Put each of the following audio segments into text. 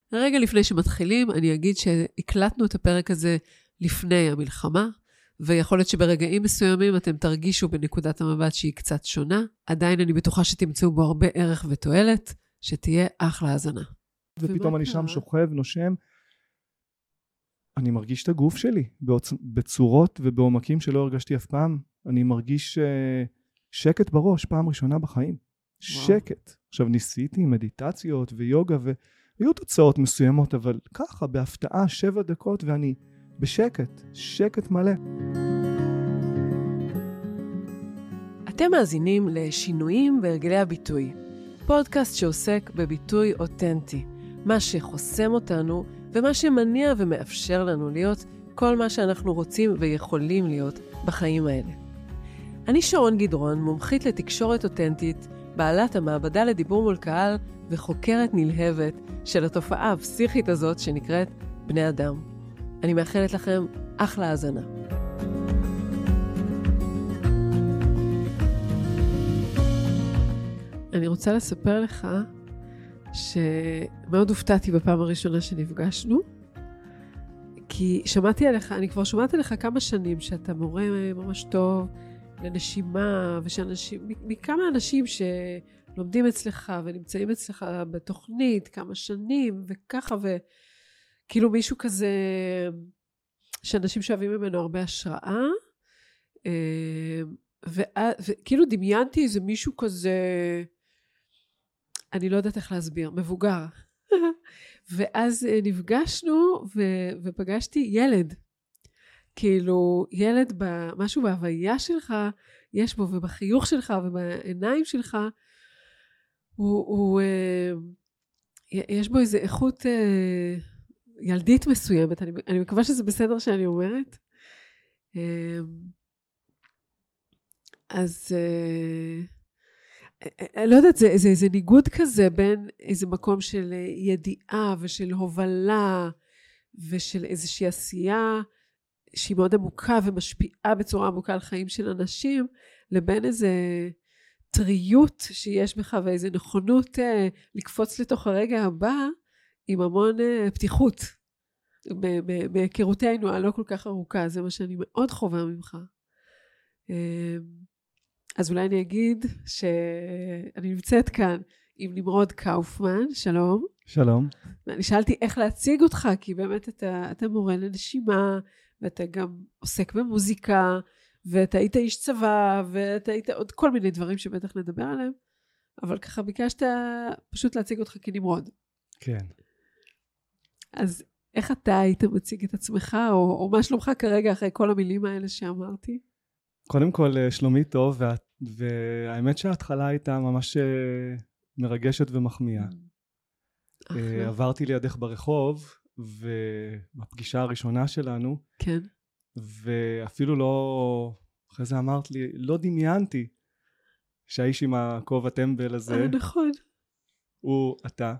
רגע לפני שמתחילים, אני אגיד שהקלטנו את הפרק הזה לפני המלחמה, ויכול להיות שברגעים מסוימים אתם תרגישו בנקודת המבט שהיא קצת שונה. עדיין אני בטוחה שתמצאו בו הרבה ערך ותועלת, שתהיה אחלה האזנה. ופתאום אני שם שוכב, נושם. אני מרגיש את הגוף שלי בצורות ובעומקים שלא הרגשתי אף פעם. אני מרגיש שקט בראש, פעם ראשונה בחיים. שקט. עכשיו ניסיתי מדיטציות ויוגה והיו תוצאות מסוימות, אבל ככה בהפתעה 7 דקות ואני בשקט, שקט מלא. אתם מאזינים לשינויים בהרגלי הביטוי. פודקאסט שעוסק בביטוי אותנטי, מה שחוסם אותנו ומה שמניע ומאפשר לנו להיות כל מה שאנחנו רוצים ויכולים להיות בחיים האלה. אני שרון גדרון, מומחית לתקשורת אותנטית, בעלת המעבדה לדיבור מול קהל וחוקרת נלהבת של התופעה הפסיכית הזאת שנקראת בני אדם. אני מאחלת לכם אחלה האזנה. אני רוצה לספר לך שמאוד הופתעתי בפעם הראשונה שנפגשנו, כי שמעתי עליך, אני כבר שומעת עליך כמה שנים שאתה מורה ממש טוב לנשימה, מכמה אנשים שלומדים אצלך ונמצאים אצלך בתוכנית כמה שנים וככה, וכאילו מישהו כזה שאנשים שואבים ממנו הרבה השראה, וכאילו דמיינתי איזה מישהו כזה, אני לא יודעת איך להסביר, מבוגר. ואז נפגשנו ופגשתי ילד. כאילו ילד, משהו בהוויה שלך, יש בו ובחיוך שלך ובעיניים שלך, יש בו איזו איכות ילדית מסוימת. אני מקווה שזה בסדר שאני אומרת. אז לא יודעת, זה איזה ניגוד כזה בין איזה מקום של ידיעה ושל הובלה ושל איזושהי עשייה שהיא מאוד עמוקה ומשפיעה בצורה עמוקה על חיים של אנשים, לבין איזה טריות שיש בך ואיזה נכונות לקפוץ לתוך הרגע הבא עם המון פתיחות מהיכרותנו הלא כל כך ארוכה. זה מה שאני מאוד חובה ממך. אז אולי אני אגיד שאני נמצאת כאן עם נמרוד קאופמן, שלום. שלום. ואני שאלתי איך להציג אותך, כי באמת אתה מורה לנשימה, ואתה גם עוסק במוזיקה, ואתה היית איש צבא, ואתה היית עוד כל מיני דברים שבטח נדבר עליהם, אבל ככה ביקשת פשוט להציג אותך כנמרוד. כן. אז איך אתה היית מציג את עצמך, או מה שלומך כרגע אחרי כל המילים האלה שאמרתי? קודם כל שלומי טוב, והאמת שההתחלה הייתה ממש מרגשת ומחמיאה. עברתי לידך ברחוב, ובפגישה הראשונה שלנו, כן. ואפילו לא, אחרי זה אמרת לי, לא דמיינתי שהאיש עם הכובע טמבל הזה, נכון. הוא אתה.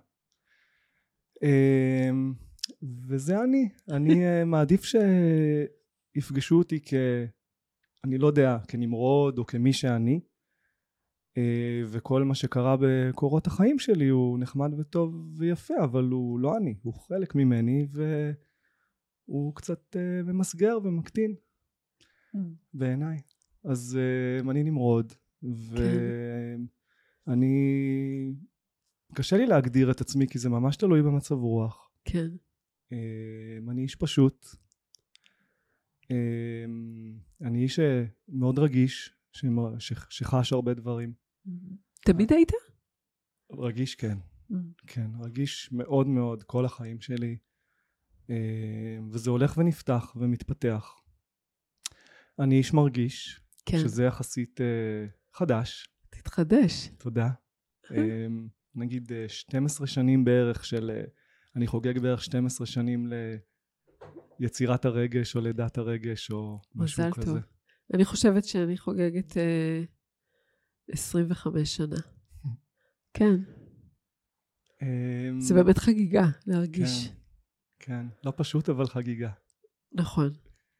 וזה אני מעדיף שיפגשו אותי אני לא יודע, כנמרוד או כמי שאני, וכל מה שקרה בקורות החיים שלי הוא נחמד וטוב ויפה, אבל הוא לא אני, הוא חלק ממני, והוא קצת ממסגר ומקטין בעיניי. אז אני נמרוד, ואני קשה לי להגדיר את עצמי, כי זה ממש תלוי במצב רוח. כן. אני איש פשוט, אני איש מאוד רגיש, שחש הרבה דברים. תמיד היית? רגיש, כן. כן, רגיש מאוד מאוד כל החיים שלי, וזה הולך ונפתח ומתפתח. אני איש מרגיש, כן. שזה יחסית חדש. תתחדש. תודה. נגיד 12 שנים בערך אני חוגג בערך 12 שנים ליצירת הרגש או לידת הרגש או משהו כזה. מזל טוב. אני חושבת שאני חוגגת 25 שנה. כן. זה באמת חגיגה להרגיש. כן, כן. לא פשוט אבל חגיגה. נכון.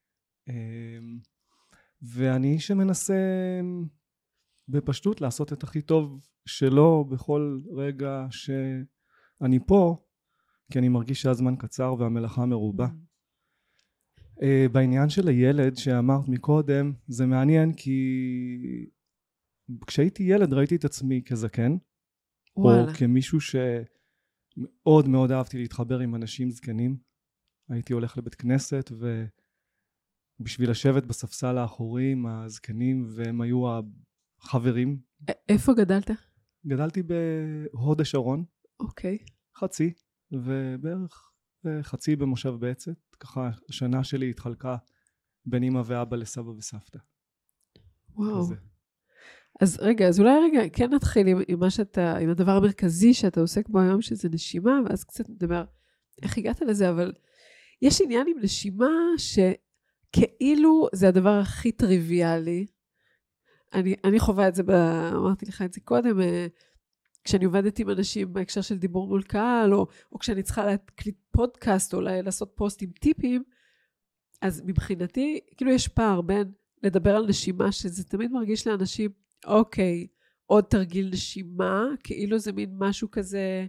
ואני שמנסה בפשטות לעשות את הכי טוב שלו בכל רגע שאני פה, כי אני מרגיש שהזמן קצר והמלאכה מרובה. בעניין של הילד שאמרת מקודם, זה מעניין כי כשהייתי ילד ראיתי את עצמי כזקן, וואלה. או כמישהו שמאוד מאוד אהבתי להתחבר עם אנשים זקנים. הייתי הולך לבית כנסת ובשביל לשבת בספסל האחורי עם הזקנים, והם היו החברים. איפה גדלת? גדלתי בהוד השרון. אוקיי. חצי, ובערך חצי במושב בעצת. ככה השנה שלי התחלקה בין אמא ואבא לסבא וסבתא. וואו. כזה. אז רגע, אז אולי רגע, כן נתחיל עם מה שאתה, עם הדבר המרכזי שאתה עוסק בו היום, שזה נשימה, ואז קצת נדבר איך הגעת לזה, אבל יש עניין עם נשימה שכאילו זה הדבר הכי טריוויאלי. אני חווה את זה, אמרתי לך את זה קודם, כשאני עובדת עם אנשים בהקשר של דיבור מול קהל, או כשאני צריכה להקליט פודקאסט, או לעשות פוסט עם טיפים, אז מבחינתי, כאילו יש פער בין לדבר על נשימה, שזה תמיד מרגיש לאנשים, אוקיי, עוד תרגיל נשימה, כאילו זה מין משהו כזה,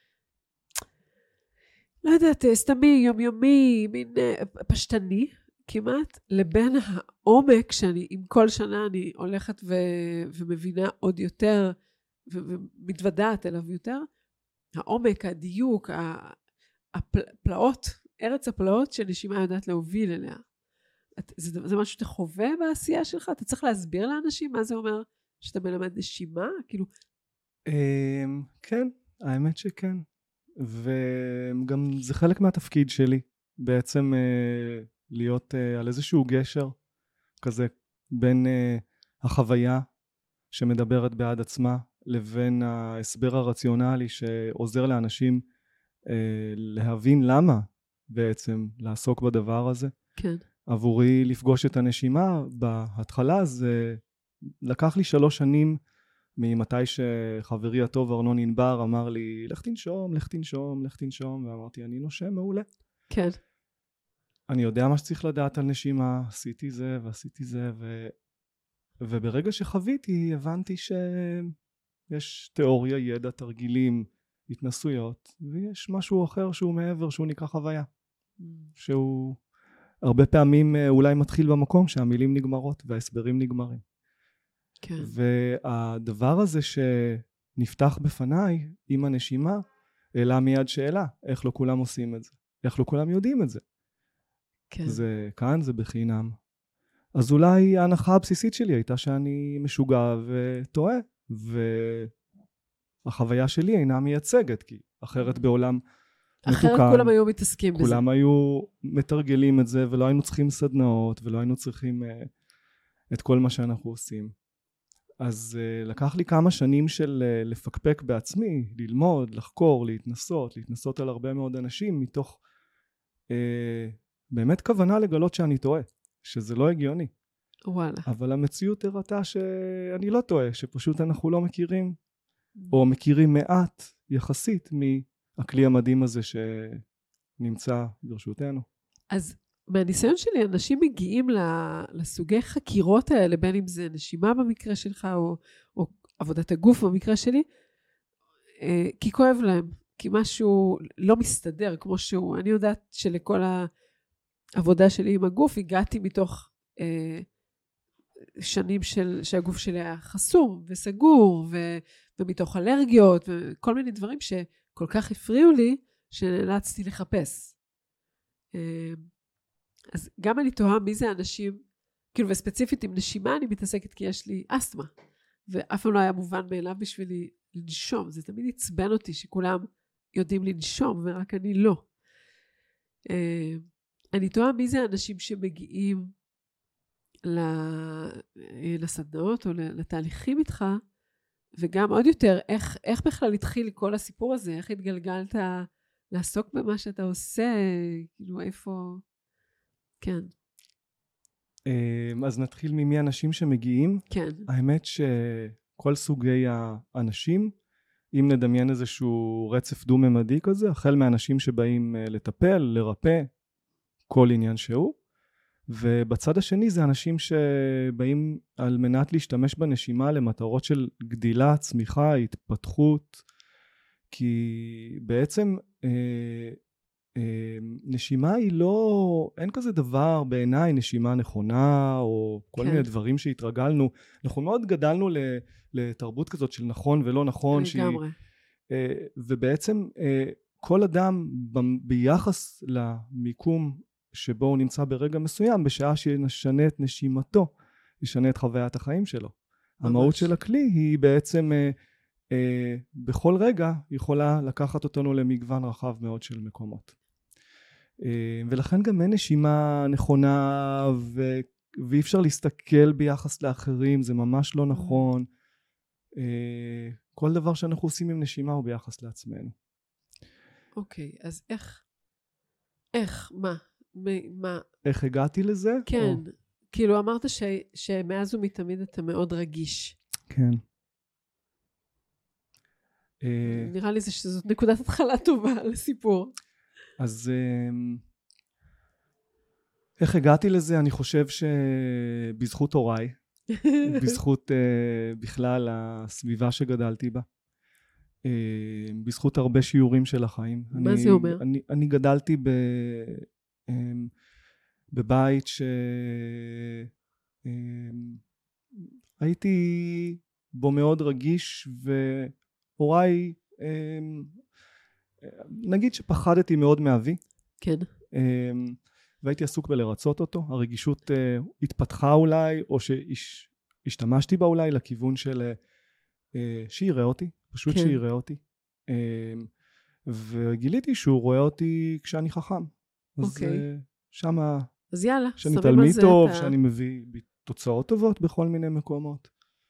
לא יודעת, סתמי, יומיומי, מין פשטני כמעט, לבין העומק שאני, עם כל שנה אני הולכת ומבינה עוד יותר, ומתוודעת אליו יותר, העומק, הדיוק, הפלאות, ארץ הפלאות שנשימה יודעת להוביל אליה. זה משהו שאתה חווה בעשייה שלך? אתה צריך להסביר לאנשים מה זה אומר שאתה מלמד נשימה? כאילו... כן, האמת שכן. וגם זה חלק מהתפקיד שלי, בעצם להיות על איזשהו גשר כזה בין החוויה שמדברת בעד עצמה, לבין ההסבר הרציונלי שעוזר לאנשים להבין למה בעצם לעסוק בדבר הזה. כן. עבורי לפגוש את הנשימה בהתחלה, זה לקח לי 3 שנים ממתי שחברי הטוב ארנון ענבר אמר לי, לך תנשום, לך תנשום, לך תנשום, ואמרתי, אני נושם מעולה. כן. אני יודע מה שצריך לדעת על נשימה, עשיתי זה ועשיתי זה, וברגע שחוויתי הבנתי שיש תיאוריה, ידע, תרגילים, התנסויות, ויש משהו אחר שהוא מעבר, שהוא נקרא חוויה, שהוא הרבה פעמים אולי מתחיל במקום שהמילים נגמרות וההסברים נגמרים. כן. והדבר הזה שנפתח בפניי עם הנשימה, העלה מיד שאלה, איך לא כולם עושים את זה? איך לא כולם יודעים את זה? כן. זה כאן, זה בחינם. אז אולי ההנחה הבסיסית שלי הייתה שאני משוגע וטועה, והחוויה שלי אינה מייצגת, כי אחרת בעולם אחרת מתוקן, כולם היו מתעסקים בזה. כולם היו מתרגלים את זה, ולא היינו צריכים סדנאות, ולא היינו צריכים את כל מה שאנחנו עושים. אז לקח לי כמה שנים של לפקפק בעצמי, ללמוד, לחקור, להתנסות על הרבה מאוד אנשים, מתוך באמת כוונה לגלות שאני טועה, שזה לא הגיוני. וואלה. אבל המציאות הראתה שאני לא טועה, שפשוט אנחנו לא מכירים, או מכירים מעט יחסית מהכלי המדהים הזה שנמצא ברשותנו. אז מהניסיון שלי, אנשים מגיעים לסוגי חקירות האלה, בין אם זה נשימה במקרה שלך, או עבודת הגוף במקרה שלי, כי כואב להם, כי משהו לא מסתדר כמו שהוא. אני יודעת שלכל העבודה שלי עם הגוף, הגעתי מתוך שנים שהגוף שלי היה חסום וסגור, ומתוך אלרגיות, וכל מיני דברים שכל כך הפריעו לי, שנאלצתי לחפש. אז גם אני תוהה מי זה האנשים, כאילו וספציפית עם נשימה אני מתעסקת כי יש לי אסתמה, ואף פעם לא היה מובן מאליו בשבילי לנשום, זה תמיד עצבן אותי שכולם יודעים לנשום ורק אני לא. אני תוהה מי זה האנשים שמגיעים לסדנאות או לתהליכים איתך, וגם עוד יותר איך בכלל התחיל כל הסיפור הזה, איך התגלגלת לעסוק במה שאתה עושה, כאילו איפה... כן. אז נתחיל ממי אנשים שמגיעים. כן. האמת שכל סוגי האנשים, אם נדמיין איזשהו רצף דו-ממדי כזה, החל מאנשים שבאים לטפל, לרפא, כל עניין שהוא, ובצד השני זה אנשים שבאים על מנת להשתמש בנשימה למטרות של גדילה, צמיחה, התפתחות, כי בעצם נשימה היא לא, אין כזה דבר בעיניי נשימה נכונה, או כל מיני דברים שהתרגלנו. אנחנו מאוד גדלנו לתרבות כזאת של נכון ולא נכון. לגמרי. ובעצם כל אדם ביחס למיקום שבו הוא נמצא ברגע מסוים, בשעה שנשנה את נשימתו, ישנה את חוויית החיים שלו. ממש. המהות של הכלי היא בעצם בכל רגע יכולה לקחת אותנו למגוון רחב מאוד של מקומות. ולכן גם אין נשימה נכונה, ואי אפשר להסתכל ביחס לאחרים, זה ממש לא נכון. כל דבר שאנחנו עושים עם נשימה הוא ביחס לעצמנו. אוקיי, אז איך, מה? איך הגעתי לזה? כן, כאילו אמרת שמאז ומתמיד אתה מאוד רגיש. כן. נראה לי שזאת נקודת התחלה טובה לסיפור. אז איך הגעתי לזה? אני חושב שבזכות הוריי, בזכות בכלל הסביבה שגדלתי בה, בזכות הרבה שיעורים של החיים. מה זה אומר? אני גדלתי בבית שהייתי בו מאוד רגיש, והוריי, נגיד שפחדתי מאוד מאבי. כן. והייתי עסוק בלרצות אותו. הרגישות התפתחה אולי, או שהשתמשתי בה אולי לכיוון של שיראה אותי, פשוט כן. שיראה אותי. וגיליתי שהוא רואה אותי כשאני חכם. אוקיי. אז שמה, אז יאללה, שאני תלמיד טוב, שאני מביא תוצאות טובות בכל מיני מקומות.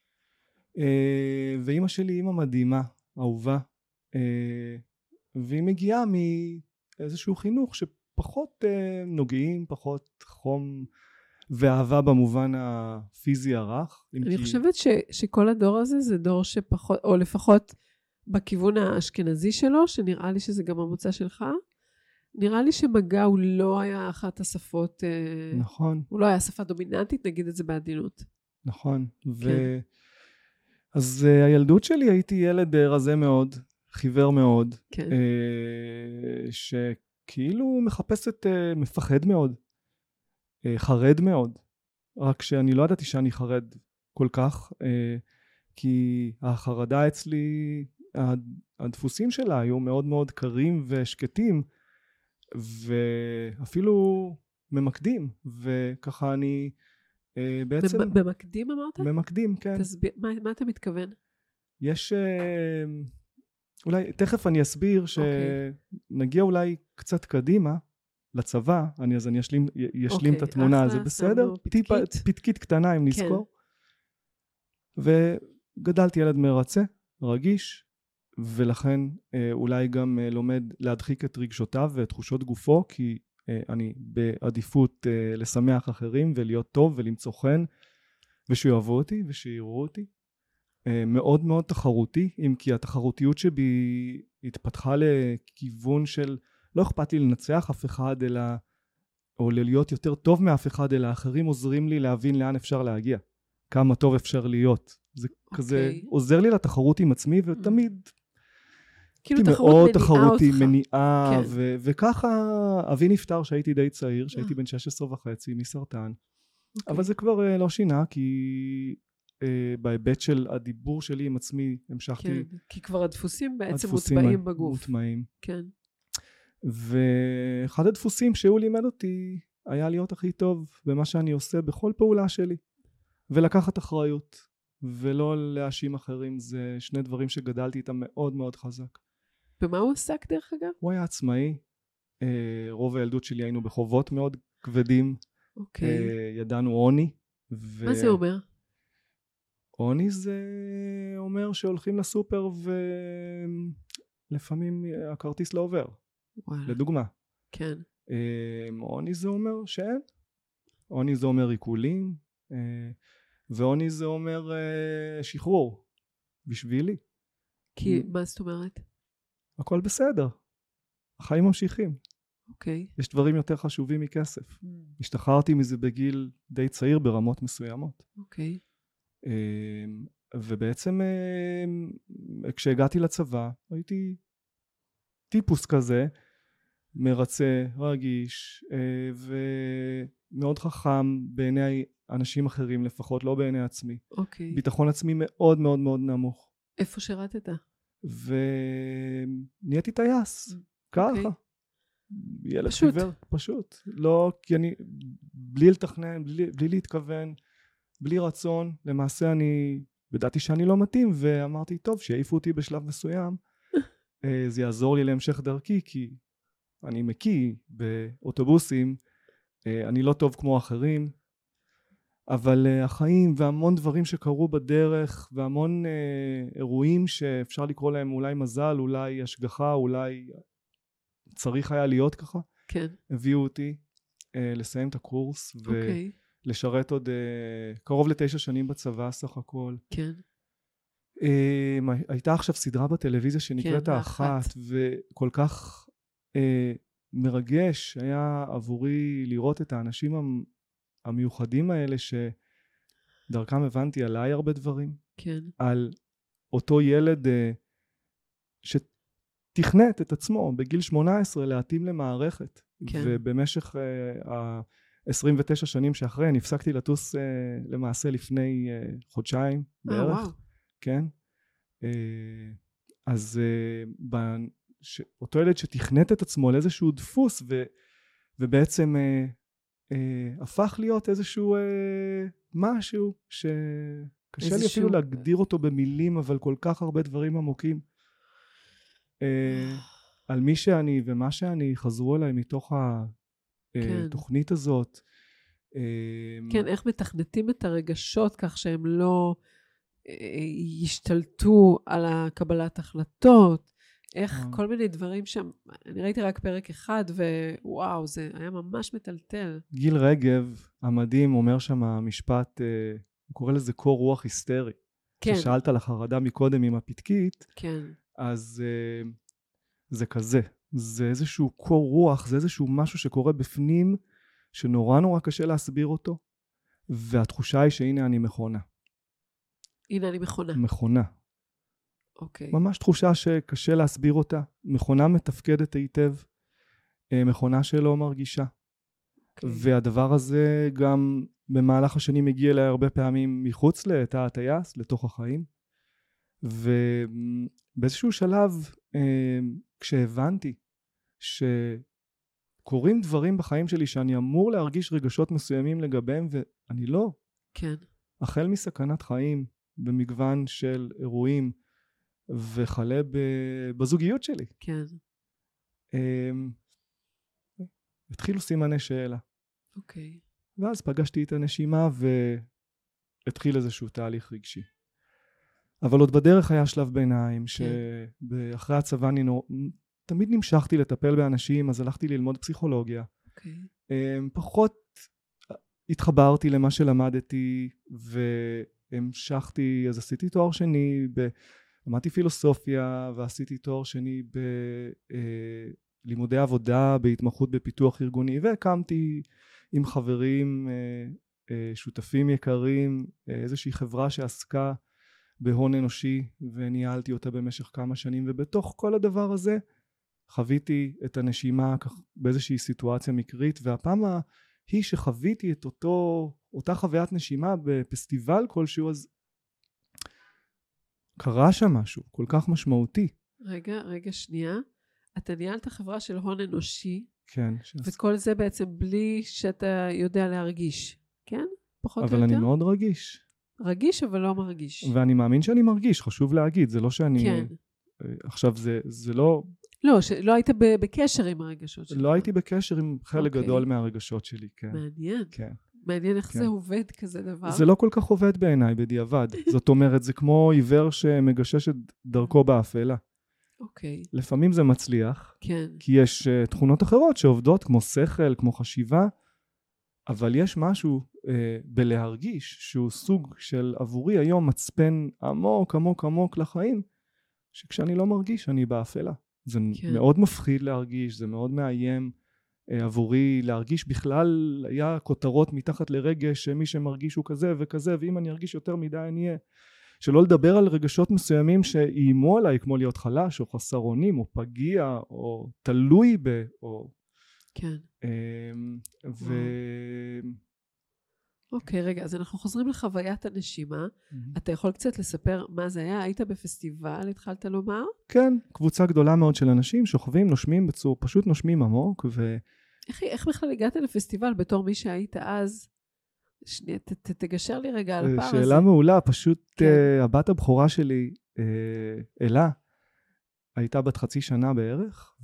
ואמא שלי אמא מדהימה, אהובה, והיא מגיעה מאיזשהו חינוך שפחות נוגעים, פחות חום ואהבה במובן הפיזי הרך. אני חושבת שכל הדור הזה זה דור שפחות, או לפחות בכיוון האשכנזי שלו, שנראה לי שזה גם המוצא שלך, נראה לי שמגע הוא לא היה אחת השפות, נכון. הוא לא היה שפה דומיננטית, נגיד את זה בעדינות. נכון, כן. אז הילדות שלי הייתי ילד רזה מאוד, חיוור מאוד, כן. שכאילו מפחד מאוד, חרד מאוד, רק שאני לא ידעתי שאני חרד כל כך, כי החרדה אצלי, הדפוסים שלה היו מאוד מאוד קרים ושקטים, ואפילו ממקדים, וככה אני בעצם... במקדים אמרת? ממקדים, כן. תסביר, מה אתה מתכוון? יש, אולי, תכף אני אסביר שנגיע אולי קצת קדימה לצבא, אז אני אשלים את התמונה, זה בסדר? פתקית קטנה אם נזכור. וגדלתי ילד מרצה, רגיש, ולכן אולי גם לומד להדחיק את רגשותיו ואת תחושות גופו, כי אני בעדיפות לשמח אחרים ולהיות טוב ולמצוא חן, ושיאהבו אותי ושיראו אותי. מאוד מאוד תחרותי, אם כי התחרותיות שבי התפתחה לכיוון של לא אכפת לי לנצח אף אחד, אלא, או להיות יותר טוב מאף אחד, אלא אחרים עוזרים לי להבין לאן אפשר להגיע, כמה טוב אפשר להיות. זה כזה עוזר לי לתחרות עם עצמי, ותמיד כאילו תחרות תחרותי, מניעה, וככה אבי נפטר שהייתי די צעיר, שהייתי בן 16 וחצי מסרטן, אבל זה כבר לא שינה, כי בהיבט של הדיבור שלי עם עצמי המשכתי. כן, כי כבר הדפוסים בעצם מוטמעים בגוף. מוטמעים. כן. ואחד הדפוסים שהוא לימד אותי היה להיות הכי טוב במה שאני עושה בכל פעולה שלי, ולקחת אחריות, ולא להאשים אחרים. זה שני דברים שגדלתי איתם מאוד מאוד חזק. במה הוא עסק דרך אגב? הוא היה עצמאי. רוב הילדות שלי היינו בחובות מאוד כבדים. אוקיי. ידענו עוני. מה זה אומר? עוני זה אומר שהולכים לסופר ולפעמים הכרטיס לא עובר. וואלה. לדוגמה. כן. עוני זה אומר שאין. עוני זה אומר עיקולים. ועוני זה אומר שחרור. בשבילי. כי מה זאת אומרת? הכל בסדר. החיים ממשיכים. אוקיי. יש דברים יותר חשובים מכסף. השתחררתי מזה בגיל די צעיר ברמות מסוימות. אוקיי. ובעצם כשהגעתי לצבא הייתי טיפוס כזה, מרצה, רגיש, ומאוד חכם בעיני אנשים אחרים לפחות, לא בעיני עצמי. אוקיי. ביטחון עצמי מאוד מאוד מאוד נמוך. איפה שירתת? ונהייתי טייס, ככה. ילד פשוט. חיוור, פשוט. לא, כי אני, בלי לתכנן, בלי להתכוון, בלי רצון, למעשה אני, ידעתי שאני לא מתאים, ואמרתי, טוב, שיעיפו אותי בשלב מסוים, זה יעזור לי להמשך דרכי, כי אני מקיא באוטובוסים, אני לא טוב כמו אחרים, אבל החיים והמון דברים שקרו בדרך, והמון אירועים שאפשר לקרוא להם אולי מזל, אולי השגחה, אולי צריך היה להיות ככה, כן. הביאו אותי לסיים את הקורס, אוקיי. ולשרת עוד קרוב ל9 שנים בצבא סך הכל. כן. הייתה עכשיו סדרה בטלוויזיה שנקראת האחת, וכל כך מרגש היה עבורי לראות את האנשים המיוחדים האלה, שדרכם הבנתי עליי הרבה דברים. כן. על אותו ילד שתכנת את עצמו בגיל 18 להתאים למערכת. כן. ובמשך 29 שנים שאחרי, נפסקתי לטוס למעשה לפני חודשיים בערך. וואו. כן. אז אותו ילד שתכנת את עצמו לאיזשהו דפוס, ובעצם הפך להיות איזשהו משהו שקשה לי אפילו להגדיר אותו במילים, אבל כל כך הרבה דברים עמוקים על מי שאני ומה שאני חזרו אליי מתוך התוכנית הזאת. כן, איך מתכנתים את הרגשות כך שהם לא ישתלטו על הקבלת החלטות, איך כל מיני דברים שם, אני ראיתי רק פרק אחד, ווואו, זה היה ממש מטלטל. גיל רגב, המדהים, אומר שם המשפט, הוא קורא לזה קור רוח היסטרי. כן. ששאלת על החרדה מקודם עם הפתקית, כן. אז זה כזה, זה איזשהו קור רוח, זה איזשהו משהו שקורה בפנים, שנורא נורא קשה להסביר אותו, והתחושה היא שהנה אני מכונה. הנה אני מכונה. מכונה. אוקיי. ממש תחושה שקשה להסביר אותה. מכונה מתפקדת היטב. מכונה שלא מרגישה. אוקיי. והדבר הזה גם במהלך השנים מגיע אליי הרבה פעמים מחוץ לתא הטייס, לתוך החיים. ובאיזשהו שלב, כשהבנתי שקורים דברים בחיים שלי שאני אמור להרגיש רגשות מסוימים לגביהם, ואני לא. כן. החל מסכנת חיים, במגוון של אירועים, וחלה בזוגיות שלי. כן. התחילו סימני שאלה. אוקיי. ואז פגשתי את הנשימה, והתחיל איזשהו תהליך רגשי. אבל עוד בדרך היה שלב ביניים, שאחרי הצבא תמיד נמשכתי לטפל באנשים, אז הלכתי ללמוד פסיכולוגיה. אוקיי. פחות התחברתי למה שלמדתי, המשכתי, אז עשיתי תואר שני, למדתי פילוסופיה, ועשיתי תואר שני בלימודי עבודה, בהתמחות בפיתוח ארגוני, והקמתי עם חברים, שותפים יקרים, איזושהי חברה שעסקה בהון אנושי, וניהלתי אותה במשך כמה שנים, ובתוך כל הדבר הזה, חוויתי את הנשימה באיזושהי סיטואציה מקרית, והפעם היא שחוויתי את אותה חוויית נשימה בפסטיבל כלשהו, אז קרה שם משהו כל כך משמעותי. רגע, שנייה. אתה ניהלת חברה של הון אנושי, כן. וכל זה בעצם בלי שאתה יודע להרגיש, כן? פחות או יותר? אבל אני מאוד רגיש. רגיש אבל לא מרגיש. ואני מאמין שאני מרגיש, חשוב להגיד, זה לא שאני... כן. עכשיו זה לא... לא היית בקשר עם הרגשות שלך. לא הייתי בקשר עם חלק גדול מהרגשות שלי, כן. מעניין. כן. מעניין איך זה עובד כזה דבר. זה לא כל כך עובד בעיניי בדיעבד. זאת אומרת, זה כמו עיוור שמגשש את דרכו באפלה. אוקיי. לפעמים זה מצליח, כן. כי יש תכונות אחרות שעובדות כמו שכל, כמו חשיבה, אבל יש משהו בלהרגיש שהוא סוג של עבורי היום מצפן עמוק עמוק עמוק לחיים, שכשאני לא מרגיש אני באפלה. זה מאוד מפחיד להרגיש, זה מאוד מאיים עבורי להרגיש. בכלל היה כותרות מתחת לרגש שמי שמרגיש הוא כזה וכזה, ואם אני ארגיש יותר מדי אני אהיה שלא לדבר על רגשות מסוימים שאיימו עליי, כמו להיות חלש, או חסר אונים, או פגיע, או תלוי ב... או... כן. ו... אוקיי, רגע, אז אנחנו חוזרים לחוויית הנשימה. אתה יכול קצת לספר מה זה היה? היית בפסטיבל, התחלת לומר? כן, קבוצה גדולה מאוד של אנשים שוכבים, נושמים בצורה, פשוט נושמים עמוק, ו... איך בכלל הגעת לפסטיבל בתור מי שהיית אז? שנייה, תגשר לי רגע על הפער הזה. שאלה מעולה, פשוט הבת הבכורה שלי, אלה, הייתה בת 0.5 שנה בערך,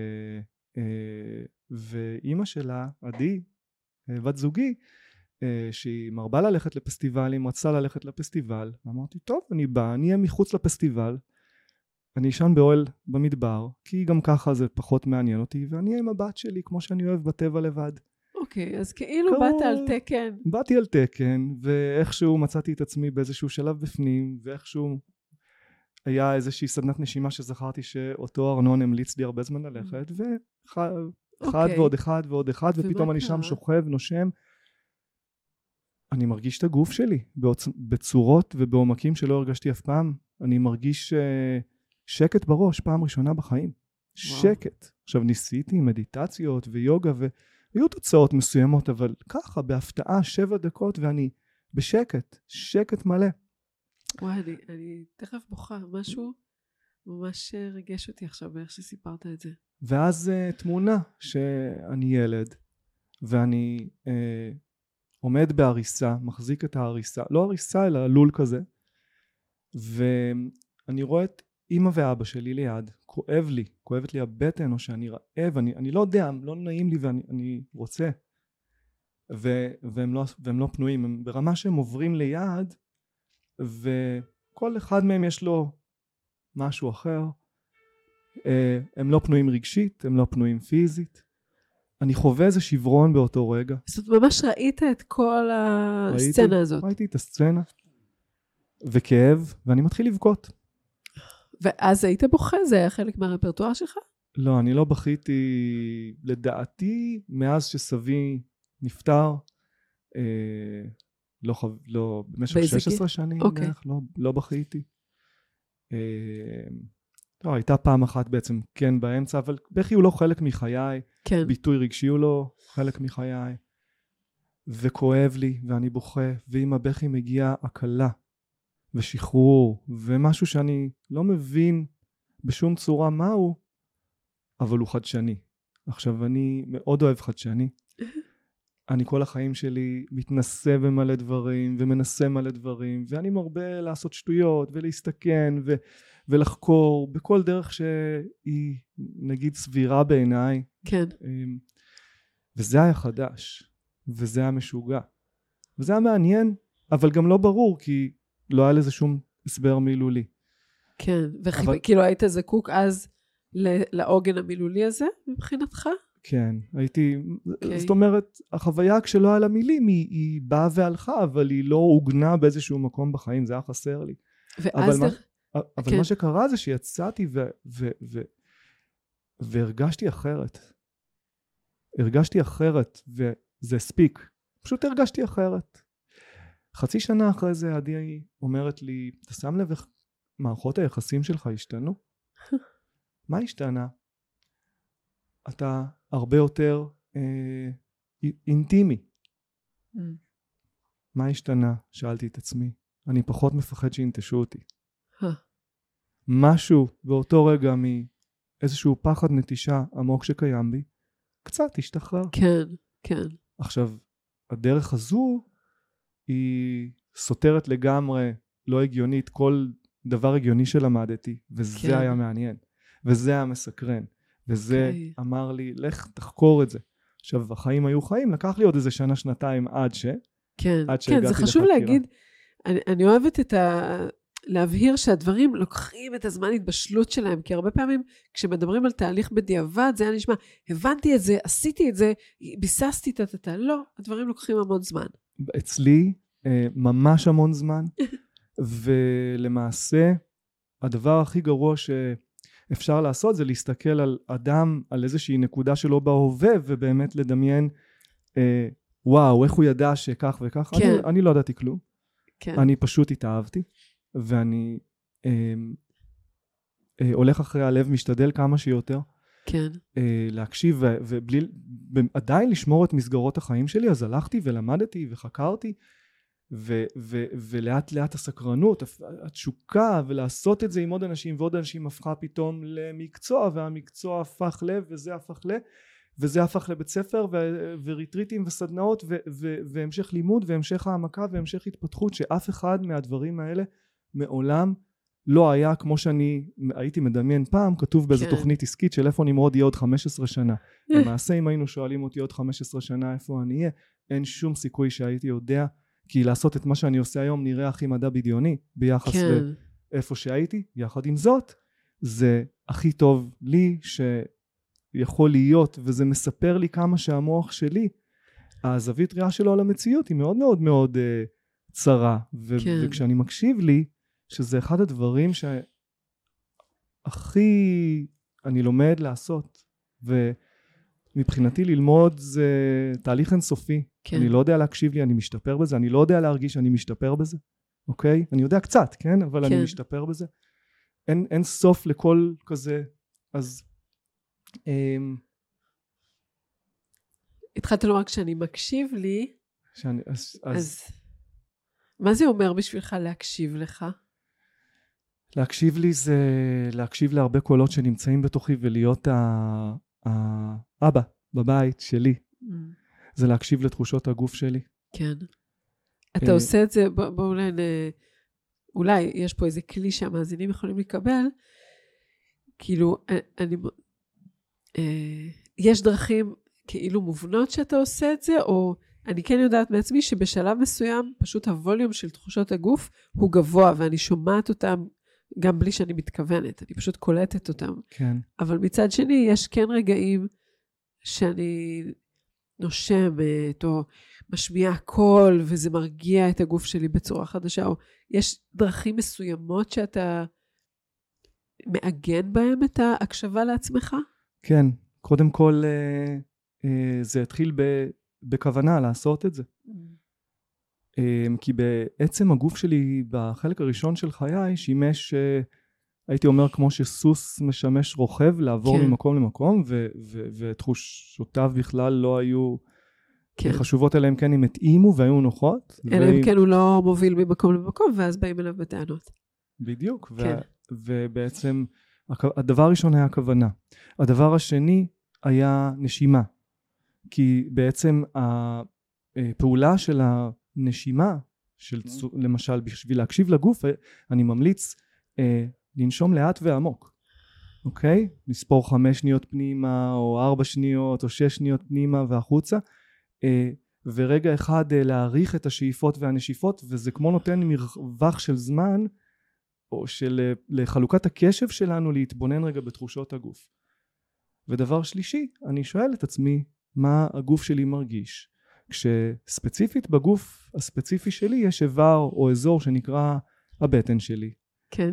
ואימא שלה, עדי, בת זוגי, שהיא מרבה ללכת לפסטיבלים, רצה ללכת לפסטיבל, ואמרתי, טוב, אני בא, אני אהיה מחוץ לפסטיבל, אני אשן באוהל במדבר, כי גם ככה זה פחות מעניין אותי, ואני אהיה עם הבת שלי, כמו שאני אוהב בטבע לבד. אוקיי, אז כאילו באת על תקן. באתי על תקן, ואיכשהו מצאתי את עצמי באיזשהו שלב בפנים, ואיכשהו היה איזושהי סדנת נשימה שזכרתי שאותו ארנון המליץ לי הרבה זמן ללכת, ואחד ועוד אחד ועוד אחד, ופתאום אני שם שוכב, נושם. אני מרגיש את הגוף שלי, בצורות ובעומקים שלא הרגשתי אף פעם. אני מרגיש שקט בראש, פעם ראשונה בחיים. שקט. עכשיו ניסיתי מדיטציות ויוגה, והיו תוצאות מסוימות, אבל ככה, בהפתעה, 7 דקות, ואני בשקט, שקט מלא. וואי, אני תכף בוכה, משהו ממש רגש אותי עכשיו באיך שסיפרת את זה. ואז תמונה שאני ילד, ואני עומד בהריסה, מחזיק את ההריסה, לא הריסה אלא לול כזה, ואני רואה את אמא ואבא שלי ליד, כואבת לי הבטן, או שאני רעב, אני לא יודע, לא נעים לי ואני רוצה, והם לא פנויים, הם ברמה שהם עוברים ליד, וכל אחד מהם יש לו משהו אחר, הם לא פנויים רגשית, הם לא פנויים פיזית, אני חווה איזה שברון באותו רגע. זאת אומרת, ממש ראית את כל הסצנה הזאת. ראיתי את הסצנה, וכאב, ואני מתחיל לבכות. ואז היית בוכה? זה היה חלק מהרפרטואר שלך? לא, אני לא בכיתי, לדעתי, מאז שסבי נפטר, לא, במשך 16 שנים, לא בכיתי. לא, הייתה פעם אחת בעצם כן באמצע, אבל בכי הוא לא חלק מחיי, ביטוי רגשי הוא לא חלק מחיי, וכואב לי ואני בוכה, ואם הבכי מגיע הקלה ושחרור ומשהו שאני לא מבין בשום צורה מהו, אבל הוא חדשני. עכשיו אני מאוד אוהב חדשני, אני כל החיים שלי מתנסה במלא דברים ומנסה מלא דברים, ואני מרבה לעשות שטויות ולהסתכן ולחקור בכל דרך שהיא נגיד סבירה בעיניי. כן. וזה היה חדש, וזה היה משוגע, וזה היה מעניין, אבל גם לא ברור, כי לא היה לזה שום הסבר מילולי. כן, וכאילו היית זקוק אז לעוגן המילולי הזה מבחינתך? כן, הייתי, זאת אומרת, החוויה כשלא היה לה מילים, היא באה והלכה, אבל היא לא הוגנה באיזשהו מקום בחיים, זה היה חסר לי. אבל מה שקרה זה שיצאתי והרגשתי אחרת. הרגשתי אחרת, וזה הספיק. פשוט הרגשתי אחרת. 0.5 שנה אחרי זה, עדי אומרת לי, אתה שם לב איך מערכות היחסים שלך השתנו? מה השתנה? אתה הרבה יותר אינטימי. מה השתנה? שאלתי את עצמי. אני פחות מפחד שינטשו אותי. משהו באותו רגע מאיזשהו פחד נטישה עמוק שקיים בי, קצת השתחרר. כן, כן. עכשיו, הדרך הזו היא סותרת לגמרי, לא הגיונית, כל דבר הגיוני שלמדתי, וזה היה מעניין, וזה היה מסקרן, וזה אמר לי, לך תחקור את זה. עכשיו, החיים היו חיים, לקח לי עוד איזה שנה, שנתיים עד שהגעתי כן, זה חשוב להגיד, אני אוהבת להבהיר שהדברים לוקחים את הזמן התבשלות שלהם, כי הרבה פעמים כשמדברים על תהליך בדיעבד, זה היה נשמע, הבנתי את זה, עשיתי את זה, ביססתי את לא, הדברים לוקחים המון זמן. אצלי ממש המון זמן, ולמעשה הדבר הכי גרוע שאפשר לעשות זה להסתכל על אדם, על איזושהי נקודה שלו בהווה, ובאמת לדמיין, וואו, איך הוא ידע שכך וכך, אני לא ידעתי כלום, אני פשוט התאהבתי, ואני הולך אחרי הלב, משתדל כמה שיותר. כן. להקשיב ועדיין לשמור את מסגרות החיים שלי, אז הלכתי ולמדתי וחקרתי, ולאט לאט הסקרנות, התשוקה, ולעשות את זה עם עוד אנשים ועוד אנשים הפכה פתאום למקצוע, והמקצוע הפך וזה הפך וזה הפך לבית ספר וריטריטים וסדנאות והמשך לימוד והמשך העמקה והמשך התפתחות, שאף אחד מהדברים האלה מעולם לא היה כמו שאני הייתי מדמיין פעם, כתוב באיזו תוכנית עסקית של איפה נמרוד יהיה עוד 15 שנה. למעשה אם היינו שואלים אותי עוד 15 שנה איפה אני אהיה, אין שום סיכוי שהייתי יודע, כי לעשות את מה שאני עושה היום נראה הכי מדע בדיוני ביחס לאיפה שהייתי. יחד עם זאת, זה הכי טוב לי שיכול להיות, וזה מספר לי כמה שהמוח שלי, הזווית ראייה שלו על המציאות היא מאוד מאוד מאוד צרה, וכשאני מקשיב לי, שזה אחד הדברים שהכי אני לומד לעשות, ומבחינתי ללמוד זה תהליך אינסופי. כן. אני לא יודע להקשיב לי, אני משתפר בזה, אני לא יודע להרגיש שאני משתפר בזה, אוקיי? אני יודע קצת, כן? אבל כן. אני משתפר בזה. אין סוף לכל כזה, אז התחלת לומר כשאני מקשיב לי, אז מה זה אומר בשבילך להקשיב לך? להקשיב לי זה להקשיב להרבה קולות שנמצאים בתוכי ולהיות האבא בבית שלי. זה להקשיב לתחושות הגוף שלי. כן. אתה עושה את זה, בואו אולי יש פה איזה כלי שהמאזינים יכולים לקבל, כאילו, יש דרכים כאילו מובנות שאתה עושה את זה, או אני כן יודעת מעצמי שבשלב מסוים פשוט הווליום של תחושות הגוף הוא גבוה, ואני שומעת אותם גם בלי שאני מתכוונת, אני פשוט קולטת אותם. כן. אבל מצד שני, יש כן רגעים שאני נושמת, או משמיעה קול, וזה מרגיע את הגוף שלי בצורה חדשה, או יש דרכים מסוימות שאתה מעגן בהם את ההקשבה לעצמך? כן, קודם כל זה התחיל בכוונה לעשות את זה. כי בעצם הגוף שלי בחלק הראשון של חיי שימש, הייתי אומר כמו שסוס משמש רוכב לעבור ממקום למקום, ותחושותיו בכלל לא היו חשובות אליהם, כן הם התאימו והיו נוחות. אלא אם כן הוא לא מוביל ממקום למקום, ואז באים אליו בטענות. בדיוק, ובעצם הדבר הראשון היה הכוונה. הדבר השני היה נשימה, כי בעצם הפעולה של הנשימה, למשל בשביל להקשיב לגוף, אני ממליץ לנשום לאט ועמוק, אוקיי? לספור 5 שניות פנימה, או 4 שניות, או 6 שניות פנימה והחוצה, ורגע אחד להעריך את השאיפות והנשיפות, וזה כמו נותן מרווח של זמן, או לחלוקת הקשב שלנו להתבונן רגע בתחושות הגוף. ודבר שלישי, אני שואל את עצמי, מה הגוף שלי מרגיש? כשספציפית בגוף הספציפי שלי יש איבר או אזור שנקרא הבטן שלי. כן.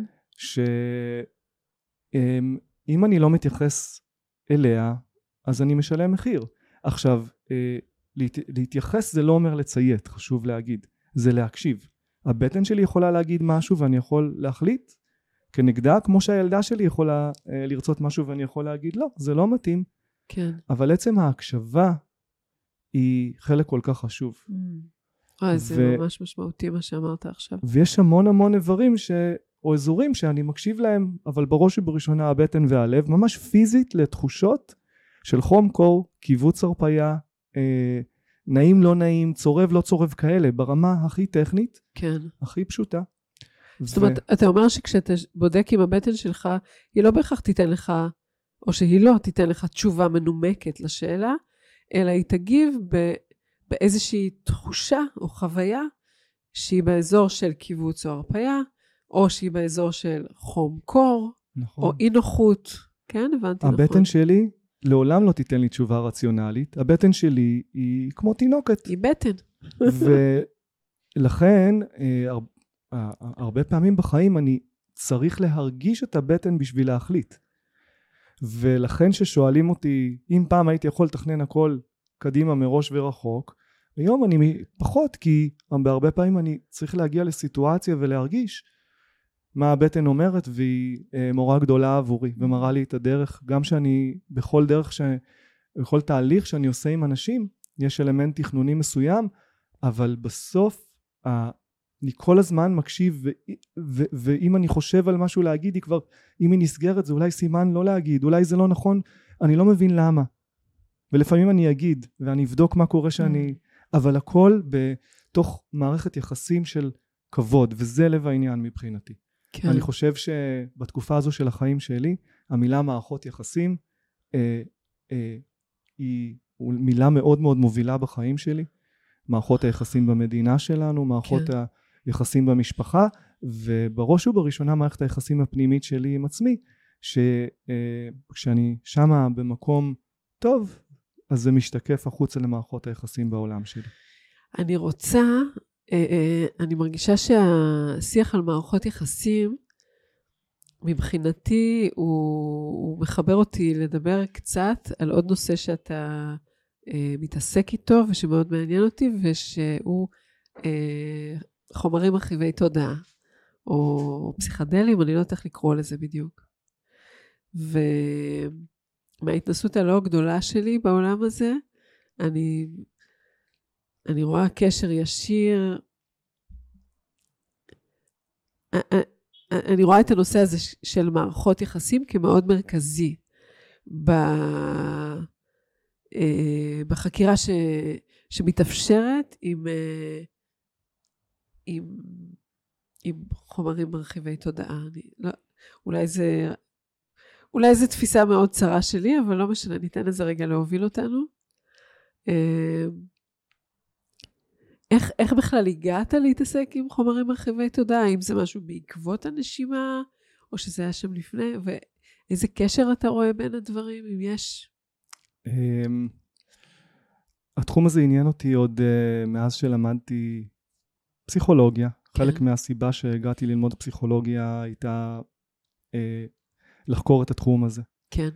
שאם אני לא מתייחס אליה, אז אני משלם מחיר. עכשיו, להתייחס זה לא אומר לציית, חשוב להגיד. זה להקשיב. הבטן שלי יכולה להגיד משהו ואני יכול להחליט כנגדה, כמו שהילדה שלי יכולה לרצות משהו ואני יכול להגיד לא, זה לא מתאים. כן. אבל עצם ההקשבה היא חלק כל כך חשוב. זה ממש משמעותי מה שאמרת עכשיו. ויש המון המון איברים או אזורים שאני מקשיב להם, אבל בראש ובראשונה הבטן והלב, ממש פיזית לתחושות של חום קור, קיבוץ הרפיה, נעים לא נעים, צורב לא צורב כאלה, ברמה הכי טכנית, כן. הכי פשוטה. זאת אומרת, אתה אומר שכשאתה בודק עם הבטן שלך, היא לא בהכרח תיתן לך, או שהיא לא תיתן לך תשובה מנומקת לשאלה, אלא היא תגיב באיזושהי תחושה או חוויה, שהיא באזור של קיבוץ או הרפיה, או שהיא באזור של חום קור, נכון. או אי נוחות. כן, הבנתי נכון. הבטן שלי לעולם לא תיתן לי תשובה רציונלית. הבטן שלי היא כמו תינוקת. היא בטן. ולכן, הרבה פעמים בחיים אני צריך להרגיש את הבטן בשביל להחליט. ולכן ששואלים אותי, אם פעם הייתי יכול לתכנן הכל קדימה מראש ורחוק, היום אני פחות, כי בהרבה פעמים אני צריך להגיע לסיטואציה ולהרגיש מה הבטן אומרת, והיא מורה גדולה עבורי, ומראה לי את הדרך, גם שאני בכל דרך, בכל תהליך שאני עושה עם אנשים, יש אלמנט תכנוני מסוים, אבל בסוף, אני כל הזמן מקשיב, ואם אני חושב על משהו להגיד, אם היא נסגרת, זה אולי סימן לא להגיד, אולי זה לא נכון, אני לא מבין למה. ולפעמים אני אגיד, ואני אבדוק מה קורה אבל הכל בתוך מערכת יחסים של כבוד, וזה לב העניין מבחינתי. כן. אני חושב שבתקופה הזו של החיים שלי, המילה מערכות יחסים, היא מילה מאוד מאוד מובילה בחיים שלי, מערכות היחסים במדינה שלנו, מערכות היחסים במשפחה, ובראש ובראשונה מערכת היחסים הפנימית שלי עם עצמי, שכשאני שמה במקום טוב, אז זה משתקף החוצה למערכות היחסים בעולם שלי. אני מרגישה שהשיח על מערכות יחסים, מבחינתי הוא מחבר אותי לדבר קצת על עוד נושא שאתה מתעסק איתו ושמאוד מעניין אותי, ושהוא חומרים מרחיבי תודעה, או פסיכדלים, אני לא יודעת איך לקרוא לזה בדיוק. ומההתנסות הלא גדולה שלי בעולם הזה, אני רואה קשר ישיר, אני רואה את הנושא הזה של מערכות יחסים כמאוד מרכזי בחקירה שמתאפשרת עם חומרים מרחיבי תודעה. אולי זו תפיסה מאוד צרה שלי, אבל לא משנה, ניתן איזה רגע להוביל אותנו. איך בכלל הגעת להתעסק עם חומרים מרחיבי תודעה? האם זה משהו בעקבות הנשימה, או שזה היה שם לפני? ואיזה קשר אתה רואה בין הדברים, אם יש? התחום הזה עניין אותי עוד מאז שלמדתי פסיכולוגיה. חלק מהסיבה שהגעתי ללמוד פסיכולוגיה הייתה לחקור את התחום הזה. כן.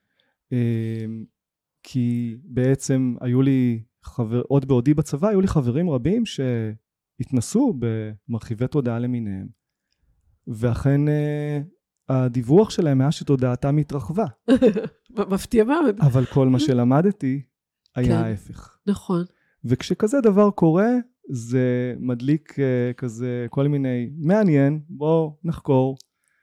כי בעצם היו לי עוד בעודי בצבא, היו לי חברים רבים שהתנסו במרחיבי תודעה למיניהם. ואכן הדיווח שלהם היה שתודעתם התרחבה. מפתיע מאוד. אבל כל מה שלמדתי היה ההפך. נכון. וכשכזה דבר קורה, זה מדליק כזה כל מיני מעניין, בואו נחקור.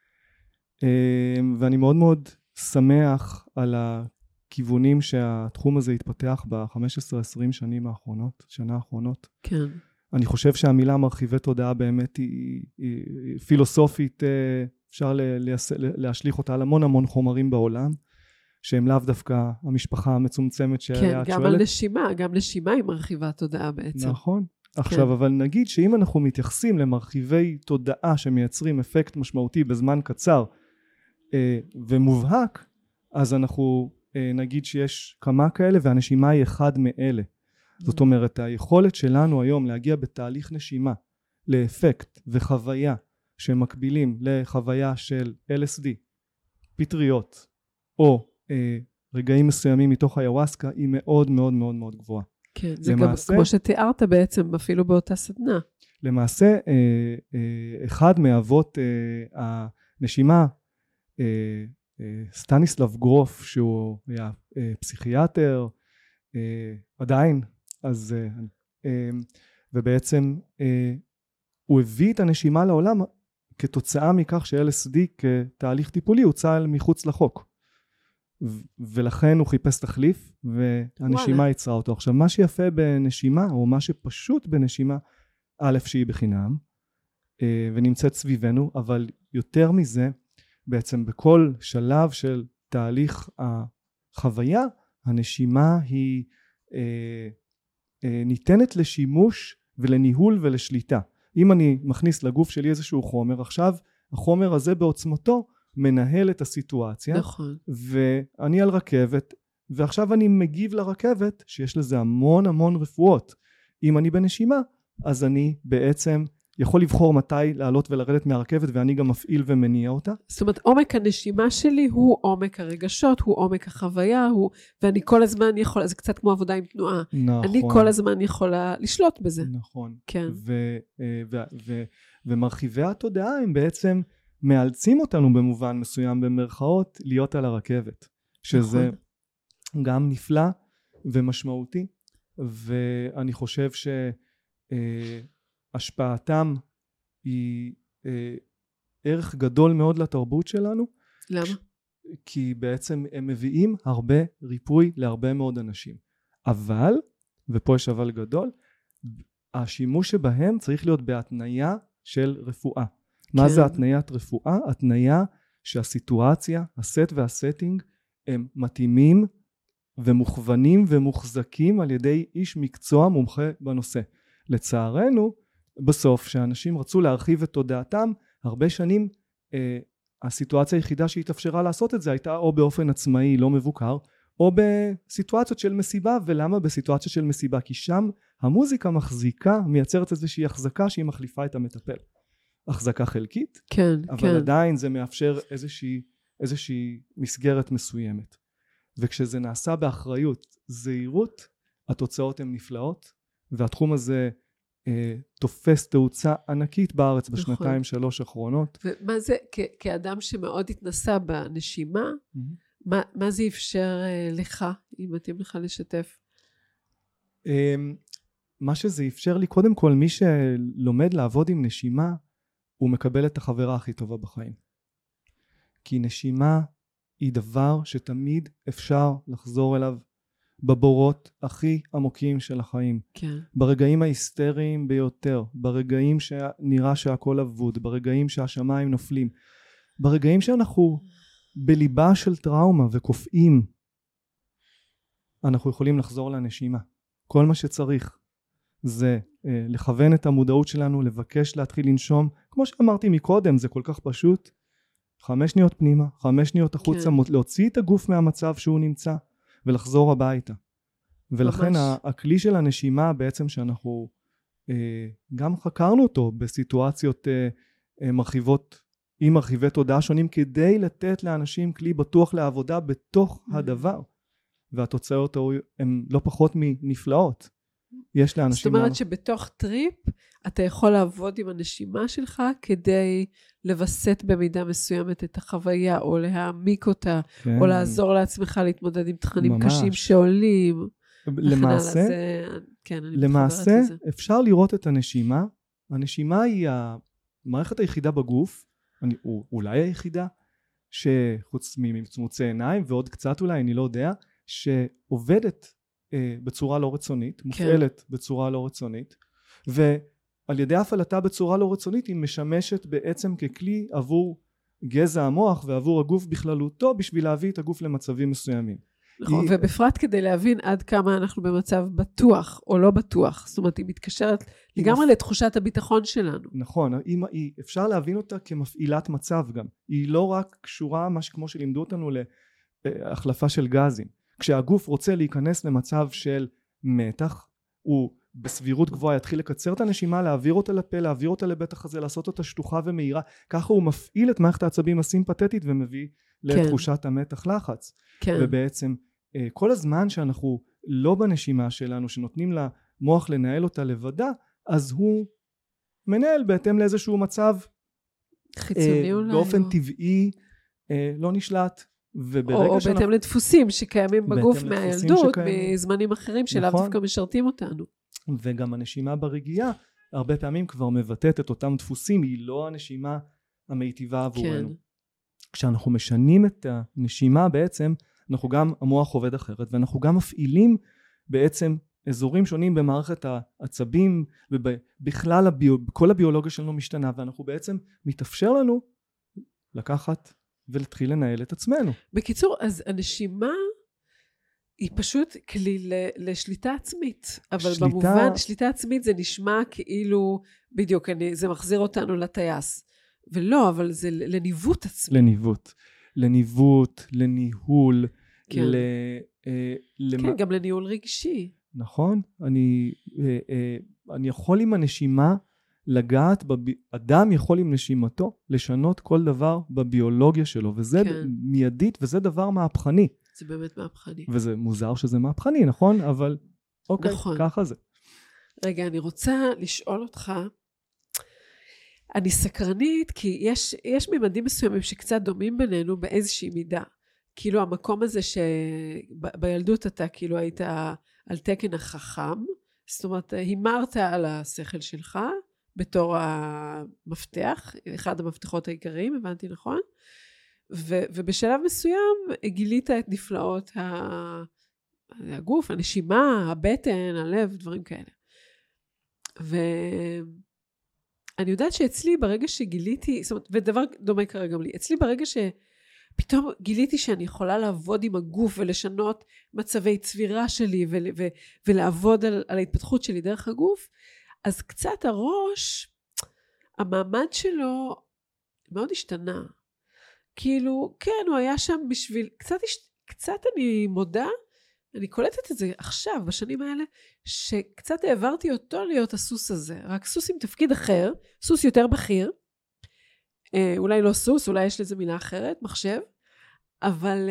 ואני מאוד מאוד שמח על הכיוונים שהתחום הזה התפתח ב-15-20 שנה האחרונות. כן. אני חושב שהמילה מרחיבי תודעה באמת היא פילוסופית, אפשר להשליך אותה על המון חומרים בעולם, שהם לאו דווקא המשפחה המצומצמת שעליה את שואלת. כן, גם נשימה היא מרחיבה תודעה בעצם. נכון. עכשיו, אבל נגיד שאם אנחנו מתייחסים למרחיבי תודעה שמייצרים אפקט משמעותי בזמן קצר ומובהק, אז אנחנו נגיד שיש כמה כאלה והנשימה היא אחד מאלה. זאת אומרת, היכולת שלנו היום להגיע בתהליך נשימה לאפקט וחוויה שמקבילים לחוויה של LSD, פטריות או רגעים מסוימים מתוך היוואסקה היא מאוד מאוד מאוד מאוד גבוהה. כן, זה למעשה, גם כמו שתיארת בעצם אפילו באותה סדנה. למעשה, אחד מאבות הנשימה, סטניסלב גרוף, שהוא היה פסיכיאטר, עדיין, אז, ובעצם הוא הביא את הנשימה לעולם כתוצאה מכך ש-LSD כתהליך טיפולי הוצא מחוץ לחוק. ולכן הוא חיפש תחליף והנשימה יצרה אותו. עכשיו מה שיפה בנשימה או מה שפשוט בנשימה, א' שהיא בחינם ונמצאת סביבנו, אבל יותר מזה בעצם בכל שלב של תהליך החוויה הנשימה היא ניתנת לשימוש ולניהול ולשליטה. אם אני מכניס לגוף שלי איזשהו חומר, עכשיו החומר הזה בעוצמתו מנהל את הסיטואציה. נכון. ואני על רכבת, ועכשיו אני מגיב לרכבת שיש לזה המון רפואות. אם אני בנשימה, אז אני בעצם יכול לבחור מתי לעלות ולרדת מהרכבת, ואני גם מפעיל ומניע אותה. זאת אומרת, עומק הנשימה שלי הוא עומק הרגשות, הוא עומק החוויה, ואני כל הזמן יכולה, זה קצת כמו עבודה עם תנועה. נכון. אני כל הזמן יכולה לשלוט בזה. נכון. כן. ומרחיבי התודעה הם בעצם מאלצים אותנו במובן מסוים במרכאות להיות על הרכבת, שזה גם נפלא ומשמעותי, ואני חושב שהשפעתם היא ערך גדול מאוד לתרבות שלנו. למה? כי בעצם הם מביאים הרבה ריפוי להרבה מאוד אנשים. אבל, ופה יש אבל גדול, השימוש שבהם צריך להיות בהתניה של רפואה. כן. מה זה התניית רפואה? התניה שהסיטואציה, הסט והסטינג, הם מתאימים ומוכוונים ומוחזקים על ידי איש מקצוע מומחה בנושא. לצערנו, בסוף, שאנשים רצו להרחיב את תודעתם, הרבה שנים הסיטואציה היחידה שהתאפשרה לעשות את זה הייתה או באופן עצמאי לא מבוקר, או בסיטואציות של מסיבה. ולמה בסיטואציה של מסיבה? כי שם המוזיקה מחזיקה, מייצרת איזושהי החזקה שהיא מחליפה את המטפל. החזקה חלקית, כן, אבל כן. עדיין זה מאפשר איזושהי מסגרת מסוימת. וכשזה נעשה באחריות, זהירות, התוצאות הן נפלאות, והתחום הזה תופס תאוצה ענקית בארץ בשנתיים שלוש האחרונות. ומה זה, כאדם שמאוד התנסה בנשימה, מה זה אפשר לך, אם מתאים לך לשתף? מה שזה אפשר לי, קודם כל, מי שלומד לעבוד עם נשימה, הוא מקבל את החברה הכי טובה בחיים. כי נשימה היא דבר שתמיד אפשר לחזור אליו בבורות הכי עמוקים של החיים. כן. ברגעים ההיסטריים ביותר, ברגעים שנראה שהכל אבוד, ברגעים שהשמיים נופלים, ברגעים שאנחנו בליבה של טראומה וקופאים, אנחנו יכולים לחזור לנשימה. כל מה שצריך זה לכוון את המודעות שלנו, לבקש להתחיל לנשום. כמו שאמרתי מקודם, זה כל כך פשוט. 5 שניות פנימה, 5 שניות החוצה, כן. להוציא את הגוף מהמצב שהוא נמצא, ולחזור הביתה. ולכן הכלי של הנשימה בעצם שאנחנו גם חקרנו אותו בסיטואציות מרחיבות, עם מרחיבי תודעה שונים, כדי לתת לאנשים כלי בטוח לעבודה בתוך הדבר. והתוצאות הן לא פחות מנפלאות. יש לאנשים... זאת אומרת שבתוך טריפ אתה יכול לעבוד עם הנשימה שלך כדי לבסט במידה מסוימת את החוויה, או להעמיק אותה, כן. או לעזור לעצמך להתמודד עם תכנים ממש. קשים שעולים. למעשה, כן, למעשה אפשר לראות את הנשימה. הנשימה היא המערכת היחידה בגוף, אולי היחידה, שחוץ ממצמוצי עיניים ועוד קצת אולי, אני לא יודע, שעובדת בצורה לא רצונית, מופעלת כן. בצורה לא רצונית, ועל ידי הפעלתה בצורה לא רצונית היא משמשת בעצם ככלי עבור גזע המוח ועבור הגוף בכללותו, בשביל להביא את הגוף למצבים מסוימים. נכון, ובפרט כדי להבין עד כמה אנחנו במצב בטוח או לא בטוח, זאת אומרת היא מתקשרת לגמרי לתחושת הביטחון שלנו. נכון, אפשר להבין אותה כמפעילת מצב גם, היא לא רק קשורה כמו שלימדו אותנו להחלפה של גזים. כשהגוף רוצה להיכנס למצב של מתח, הוא בסבירות גבוהה יתחיל לקצר את הנשימה, להעביר אותה לפה, להעביר אותה לבית החזה, לעשות אותה שטוחה ומהירה, ככה הוא מפעיל את מערכת העצבים הסימפתטית ומביא לתחושת המתח לחץ. כן. ובעצם כל הזמן שאנחנו לא בנשימה שלנו, שנותנים למוח לנהל אותה לבדה, אז הוא מנהל בהתאם לאיזשהו מצב חיצוני אולי באופן טבעי לא נשלט. או בהתאם לדפוסים שקיימים בגוף מהילדות, מזמנים אחרים שלאו דווקא משרתים אותנו. וגם הנשימה ברגיעה, הרבה פעמים כבר מבטאת את אותם דפוסים, היא לא הנשימה המיטיבה עבורנו. כן. כשאנחנו משנים את הנשימה בעצם, אנחנו גם, המוח עובד אחרת, ואנחנו גם מפעילים בעצם אזורים שונים במערכת העצבים, ובכלל כל הביולוגיה שלנו משתנה, ואנחנו בעצם מתאפשר לנו לקחת ולהתחיל לנהל את עצמנו. בקיצור, אז הנשימה היא פשוט כלי לשליטה עצמית. אבל במובן, שליטה עצמית זה נשמע כאילו, בדיוק, זה מחזיר אותנו לטייס. ולא, אבל זה לניווט עצמי. לניווט, לניהול. כן. כן, גם לניהול רגשי. נכון. אני יכול עם הנשימה לגעת, אדם יכול עם נשימתו לשנות כל דבר בביולוגיה שלו, וזה כן. מיידית, וזה דבר מהפכני. זה באמת מהפכני. וזה מוזר שזה מהפכני, נכון? אבל אוקיי, נכון. ככה זה. רגע, אני רוצה לשאול אותך, אני סקרנית, כי יש ממדים מסוימים שקצת דומים בינינו באיזושהי מידה. כאילו המקום הזה שבילדות אתה כאילו היית על תקן החכם, זאת אומרת, הימרת על השכל שלך בתור המפתח, אחד המפתחות העיקריים, הבנתי נכון? ובשלב מסוים גילית את נפלאות הגוף, הנשימה, הבטן, הלב, דברים כאלה. ואני יודעת שאצלי ברגע שגיליתי, זאת אומרת, ודבר דומה קרה גם לי, אצלי ברגע שפתאום גיליתי שאני יכולה לעבוד עם הגוף ולשנות מצבי צבירה שלי ולעבוד על ההתפתחות שלי דרך הגוף, אז קצת הראש, המעמד שלו מאוד השתנה. כאילו, כן, הוא היה שם בשביל, קצת אני מודה, אני קולטת את זה עכשיו, בשנים האלה, שקצת העברתי אותו להיות הסוס הזה, רק סוס עם תפקיד אחר, סוס יותר בכיר, אולי לא סוס, אולי יש לזה מילה אחרת, מחשב, אבל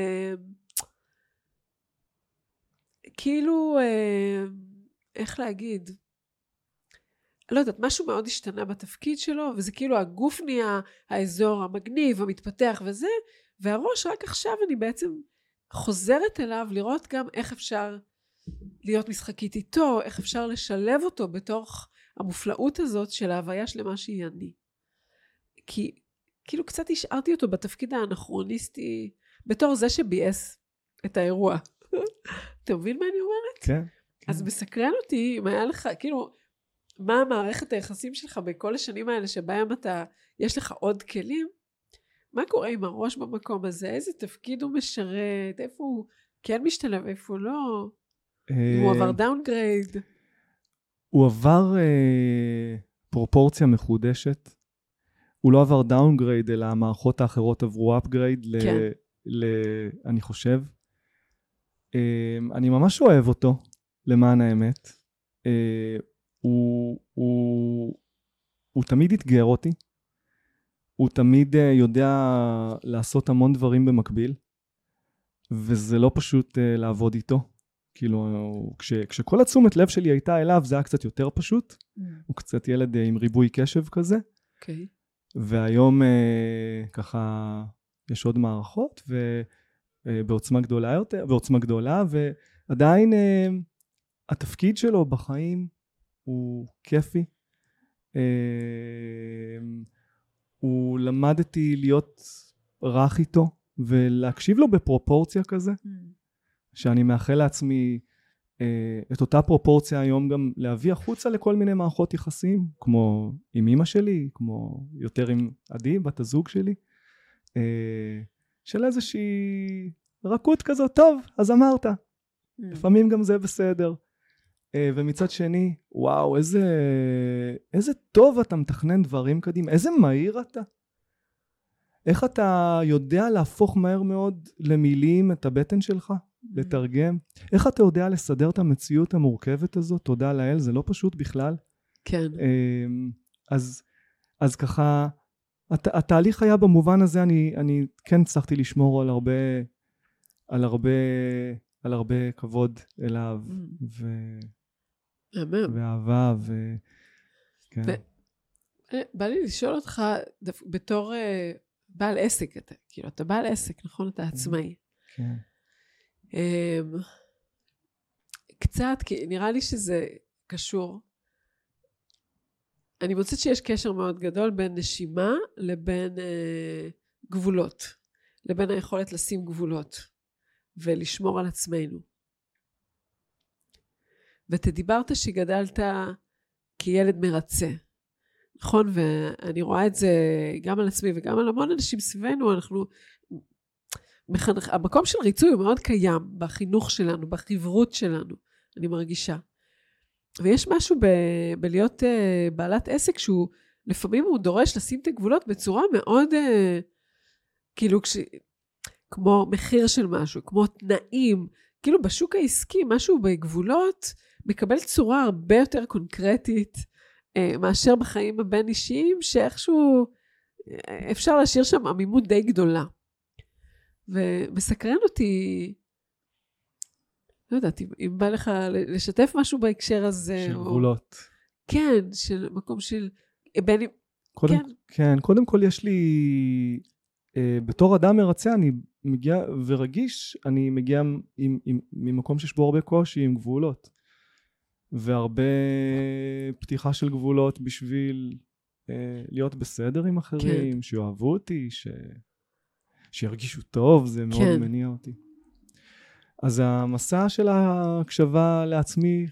כאילו, איך להגיד, לא יודעת, משהו מאוד השתנה בתפקיד שלו, וזה כאילו הגוף נהיה האזור המגניב, המתפתח וזה, והראש רק עכשיו אני בעצם חוזרת אליו לראות גם איך אפשר להיות משחקית איתו, איך אפשר לשלב אותו בתוך המופלאות הזאת של ההוויה שלמה שהיא אני. כי כאילו קצת השארתי אותו בתפקיד האנכרוניסטי, בתור זה שביאס את האירוע. אתה מבין מה אני אומרת? כן. אז מסקרן אותי אם היה לך, כאילו, מה המערכת היחסים שלך בכל השנים האלה שבהם יש לך עוד כלים? מה קורה עם הראש במקום הזה? איזה תפקיד הוא משרת? איפה הוא כן משתלב? איפה לא? אם הוא עבר דאונגרייד? הוא עבר פרופורציה מחודשת. הוא לא עבר דאונגרייד, אלא המערכות האחרות עברו אפגרייד, אני חושב. אני ממש אוהב אותו, למען האמת. הוא תמיד התגר אותי. הוא תמיד יודע לעשות המון דברים במקביל, וזה לא פשוט לעבוד איתו. כאילו, כשכל התשומת לב שלי הייתה אליו, זה היה קצת יותר פשוט. הוא קצת ילד עם ריבוי קשב כזה. אוקיי. והיום ככה יש עוד מערכות, ובעוצמה גדולה יותר, בעוצמה גדולה, ועדיין התפקיד שלו בחיים הוא כיפי. הוא למדתי להיות רך איתו, ולהקשיב לו בפרופורציה כזה, שאני מאחל לעצמי את אותה פרופורציה היום גם להביא החוצה לכל מיני מערכות יחסים, כמו עם אמא שלי, כמו יותר עם עדי, בת הזוג שלי, של איזושהי רכות כזאת, טוב, אז אמרת. לפעמים גם זה בסדר. ומצד שני, וואו, איזה טוב אתה מתכנן דברים קדימה, איזה מהיר אתה. איך אתה יודע להפוך מהר מאוד למילים את הבטן שלך, לתרגם. איך אתה יודע לסדר את המציאות המורכבת הזאת, תודה לאל, זה לא פשוט בכלל. כן. אז ככה, התהליך היה במובן הזה, אני כן הצלחתי לשמור על הרבה כבוד אליו, ואהבה, כן. בא לי לשאול אותך, בתור בעל עסק, אתה בעל עסק, נכון? אתה עצמאי. כן. קצת, כי נראה לי שזה קשור. אני מוצאת שיש קשר מאוד גדול בין נשימה לבין גבולות, לבין היכולת לשים גבולות ולשמור על עצמנו. ואתה דיברת שגדלת כילד מרצה, נכון? ואני רואה את זה גם על עצמי וגם על המון אנשים סביבנו, המקום של ריצוי הוא מאוד קיים בחינוך שלנו, בחברות שלנו, אני מרגישה. ויש משהו בלהיות בעלת עסק שהוא, לפעמים הוא דורש לשים את הגבולות בצורה מאוד, כאילו כמו מחיר של משהו, כמו תנאים, כאילו בשוק העסקי משהו בגבולות מקבל צורה הרבה יותר קונקרטית, מאשר בחיים הבין אישיים, שאיכשהו אפשר להשאיר שם עמימות די גדולה. ומסקרן אותי, לא יודעת, אם בא לך לשתף משהו בהקשר הזה. של גבולות. כן, של מקום של, בין קודם כל יש לי, בתור אדם מרצה, אני מגיע ורגיש, אני מגיע ממקום שיש בו הרבה קושי עם גבולות, והרבה פתיחה של גבולות בשביל להיות בסדר עם אחרים, שאוהבו אותי, שירגישו טוב, זה מאוד מניע אותי. אז המסע של ההקשבה לעצמי,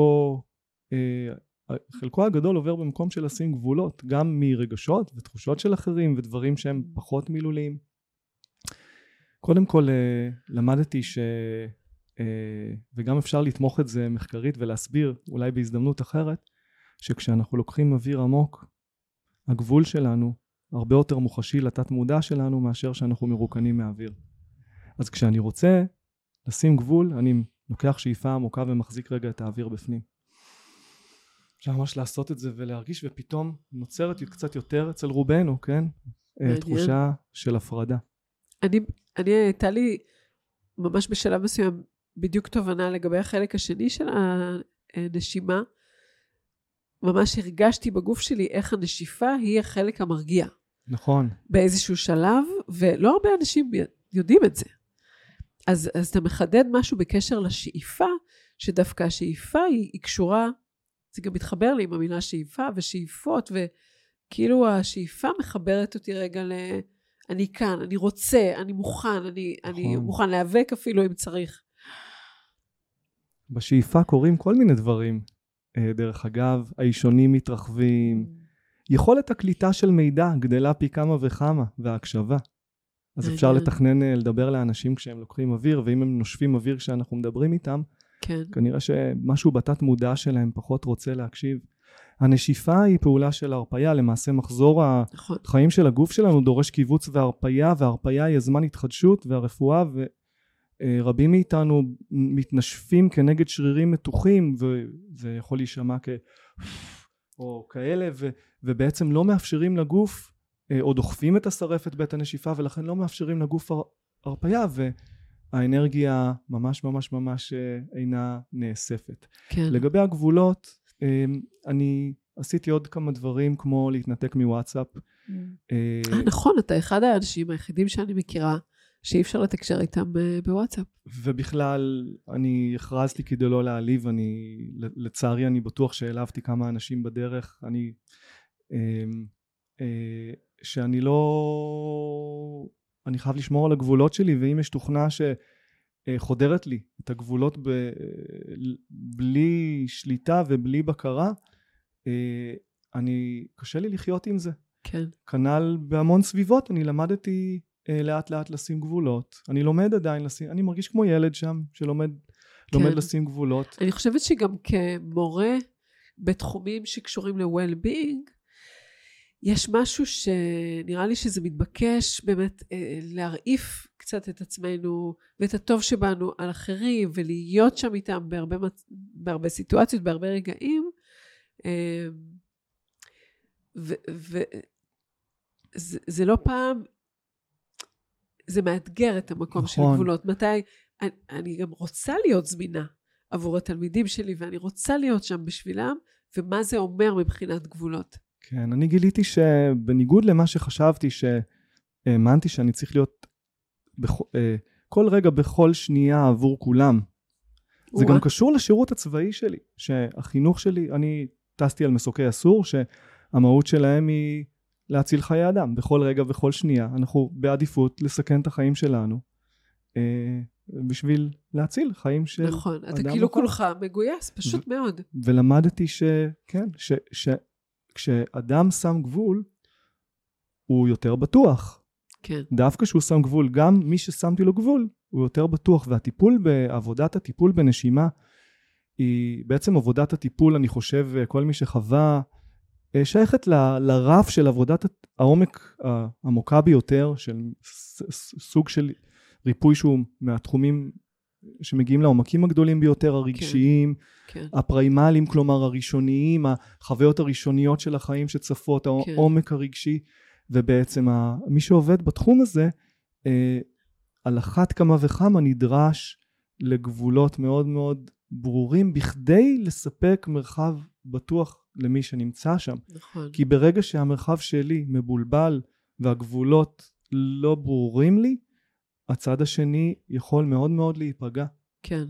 חלקו הגדול עובר במקום של לשים גבולות, גם מרגשות ותחושות של אחרים ודברים שהם פחות מילוליים. קודם כל למדתי וגם אפשר לתמוך את זה מחקרית ולהסביר אולי בהזדמנות אחרת, שכשאנחנו לוקחים אוויר עמוק, הגבול שלנו הרבה יותר מוחשי לתת מודע שלנו מאשר שאנחנו מרוקנים מהאוויר. אז כשאני רוצה לשים גבול, אני לוקח שאיפה עמוקה ומחזיק רגע את האוויר בפנים. אפשר ממש לעשות את זה ולהרגיש, ופתאום נוצרת קצת יותר אצל רובנו, כן? תחושה של הפרדה. הייתה לי ממש בשלב מסוים בדיוק תובנה לגבי החלק השני של הנשימה. ממש הרגשתי בגוף שלי איך הנשיפה היא החלק המרגיע. נכון. באיזשהו שלב, ולא הרבה אנשים יודעים את זה. אז אתה מחדד משהו בקשר לשאיפה, שדווקא השאיפה היא קשורה, זה גם מתחבר לי עם המילה שאיפה ושאיפות, וכאילו השאיפה מחברת אותי רגע אני כאן, אני רוצה, אני מוכן, אני מוכן להיאבק אפילו אם צריך. בשאיפה קורים כל מיני דברים. דרך אגב, האישונים מתרחבים, יכולת הקליטה של מידע גדלה פי כמה וכמה, וההקשבה. אז אפשר לתכנן לדבר לאנשים כשהם לוקחים אוויר, ואם הם נושפים אוויר כשאנחנו מדברים איתם, כנראה שמשהו בתת מודע שלהם פחות רוצה להקשיב. הנשיפה היא פעולה של הרפיה, למעשה מחזור החיים של הגוף שלנו דורש קיבוץ והרפיה, והרפיה היא הזמן התחדשות והרפואה, ורבים מאיתנו מתנשפים כנגד שרירים מתוחים, וזה יכול להישמע או כאלה, ובעצם לא מאפשרים לגוף, או דוחפים את השרפת בית הנשיפה, ולכן לא מאפשרים לגוף הרפיה, והאנרגיה ממש ממש ממש אינה נאספת. לגבי הגבולות, אני עשיתי עוד כמה דברים, כמו להתנתק מוואטסאפ. נכון, אתה אחד האנשים היחידים שאני מכירה, שאי אפשר לתקשר איתם בוואטסאפ. ובכלל, אני הכרזתי כדי לא להעליב, לצערי אני בטוח שהעלבתי כמה אנשים בדרך, שאני אני חייב לשמור על הגבולות שלי, ואם יש תוכנה שחודרת לי את הגבולות בלי שליטה ובלי בקרה, קשה לי לחיות עם זה. כן. כנ"ל בהמון סביבות, אני למדתי לאט לאט לשים גבולות. אני לומד עדיין לשים, אני מרגיש כמו ילד שם שלומד לשים גבולות. אני חושבת שגם כמורה בתחומים שקשורים ל-well-being, יש משהו שנראה לי שזה מתבקש באמת להרעיף קצת את עצמנו ואת הטוב שבנו על אחרים, ולהיות שם איתם בהרבה סיטואציות, בהרבה רגעים, וזה לא פעם, זה מאתגר את המקום של גבולות. מתי אני גם רוצה להיות זמינה עבור התלמידים שלי, ואני רוצה להיות שם בשבילם, ומה זה אומר מבחינת גבולות. כן, אני גיליתי שבניגוד למה שחשבתי, שהאמנתי שאני צריך להיות כל רגע בכל שנייה עבור כולם. זה גם קשור לשירות הצבאי שלי, שהחינוך שלי, אני טסתי על מסוקי אסור, שהמהות שלהם היא להציל חיי אדם, בכל רגע, בכל שנייה. אנחנו בעדיפות לסכן את החיים שלנו, בשביל להציל חיים של אדם. נכון, אתה כאילו כולך מגויס, פשוט מאוד. ולמדתי שכן, כשאדם שם גבול, הוא יותר בטוח. כן. דווקא שהוא שם גבול, גם מי ששמתי לו גבול, הוא יותר בטוח. והטיפול בעבודת הטיפול בנשימה, היא בעצם עבודת הטיפול, אני חושב, כל מי שחווה, שייכת לרף של עבודת העומק העמוקה ביותר, של סוג של ריפוי שהוא מהתחומים שמגיעים לעומקים הגדולים ביותר, הרגשיים, כן. הפריימליים, כלומר הראשוניים, החוויות הראשוניות של החיים שצפות, העומק הרגשי, ובעצם מי שעובד בתחום הזה, על אחת כמה וכמה נדרש לגבולות מאוד מאוד ברורים, בכדי לספק מרחב בטוח למי שנמצא שם. נכון. כי ברגע שהמרחב שלי מבולבל והגבולות לא ברורים לי, הצד השני יכול מאוד מאוד להיפגע. כן.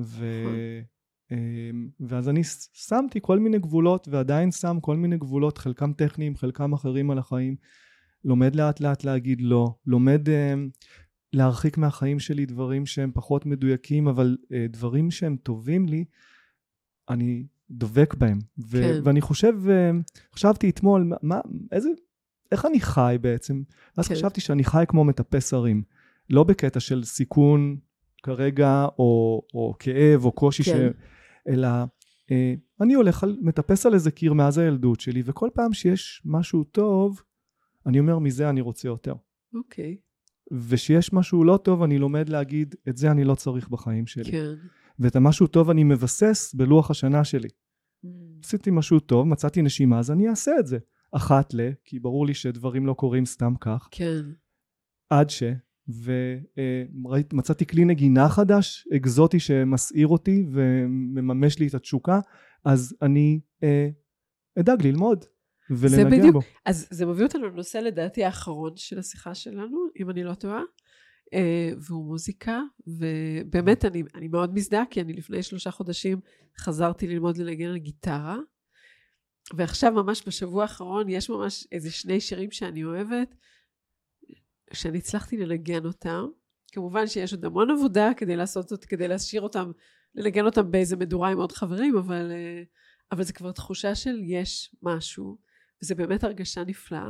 ואז אני שמתי כל מיני גבולות, ועדיין שם כל מיני גבולות, חלקם טכניים, חלקם אחרים על החיים. לומד לאט לאט להגיד לא, לומד להרחיק מהחיים שלי דברים שהם פחות מדויקים, אבל דברים שהם טובים לי, אני דובק בהם. כן. ואני חשבתי אתמול, איך אני חי בעצם? אז חשבתי שאני חי כמו מטפס הרים. לא בקטע של סיכון כרגע, או כאב, או קושי, אלא אני מטפס על איזה קיר מאז הילדות שלי, וכל פעם שיש משהו טוב, אני אומר, מזה אני רוצה יותר. אוקיי. ושיש משהו לא טוב, אני לומד להגיד, את זה אני לא צריך בחיים שלי. כן. ואת המשהו טוב אני מבסס בלוח השנה שלי. עשיתי משהו טוב, מצאתי נשימה, אז אני אעשה את זה. כי ברור לי שדברים לא קורים סתם כך. כן. עד ומצאתי כלי נגינה חדש, אקזוטי שמסעיר אותי ומממש לי את התשוקה, אז אני אדאג ללמוד ולנגן בו. אז זה מביא אותנו לנושא לדעתי האחרון של השיחה שלנו, אם אני לא טועה, והוא מוזיקה, ובאמת אני מאוד מזדהה, כי אני לפני 3 חודשים חזרתי ללמוד לנגן על גיטרה, ועכשיו ממש בשבוע האחרון יש ממש איזה 2 שירים שאני אוהבת, שאני הצלחתי לנגן אותם. כמובן שיש עוד המון עבודה כדי לעשות זאת, כדי להשאיר אותם, לנגן אותם באיזה מדורה עם עוד חברים, אבל זה כבר תחושה של יש משהו, וזה באמת הרגשה נפלאה.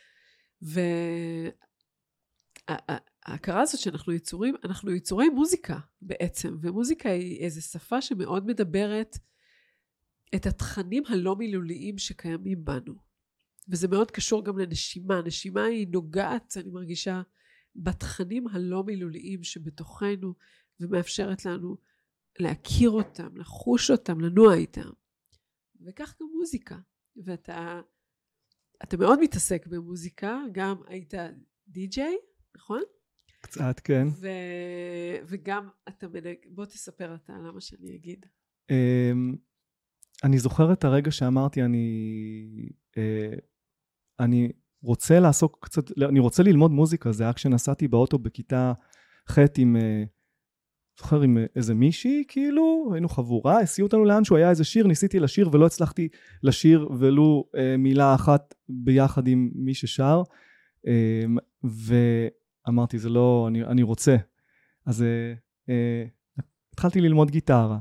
וההכרה הזאת שאנחנו יצורים, אנחנו יצורי מוזיקה בעצם, ומוזיקה היא איזו שפה שמאוד מדברת את התכנים הלא מילוליים שקיימים בנו. וזה מאוד קשור גם לנשימה. נשימה היא נוגעת, אני מרגישה, בתכנים הלא מילוליים שבתוכנו, ומאפשרת לנו להכיר אותם, לחוש אותם, לנוע איתם. וכך גם מוזיקה. ואתה מאוד מתעסק במוזיקה, גם היית די-ג'יי, נכון? קצת, כן. וגם אתה בוא תספר אתה למה שאני אגיד. אני זוכר את הרגע שאמרתי, אני רוצה לעסוק קצת, אני רוצה ללמוד מוזיקה. זה היה כשנסעתי באוטו בכיתה ח' עם איזה מישהי, כאילו, היינו חבורה, הסיעו אותנו לאן שהוא היה איזה שיר, ניסיתי לשיר ולא הצלחתי לשיר ולו מילה אחת ביחד עם מי ששר, ואמרתי, זה לא, אני רוצה. אז התחלתי ללמוד גיטרה,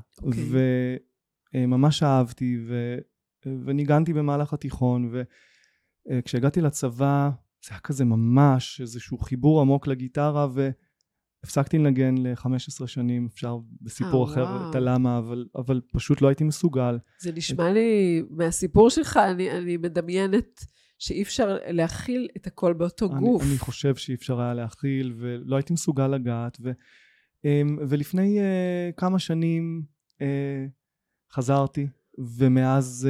וממש אהבתי, וניגנתי במהלך התיכון, וכשהגעתי לצבא, זה היה כזה ממש איזשהו חיבור עמוק לגיטרה, והפסקתי לנגן ל-15 שנים, אפשר בסיפור אחר את הלמה, אבל פשוט לא הייתי מסוגל. זה נשמע לי, מהסיפור שלך, אני מדמיינת שאי אפשר להכיל את הכל באותו גוף. אני חושב שאי אפשר היה להכיל, ולא הייתי מסוגל לגעת, ולפני כמה שנים חזרתי, ומאז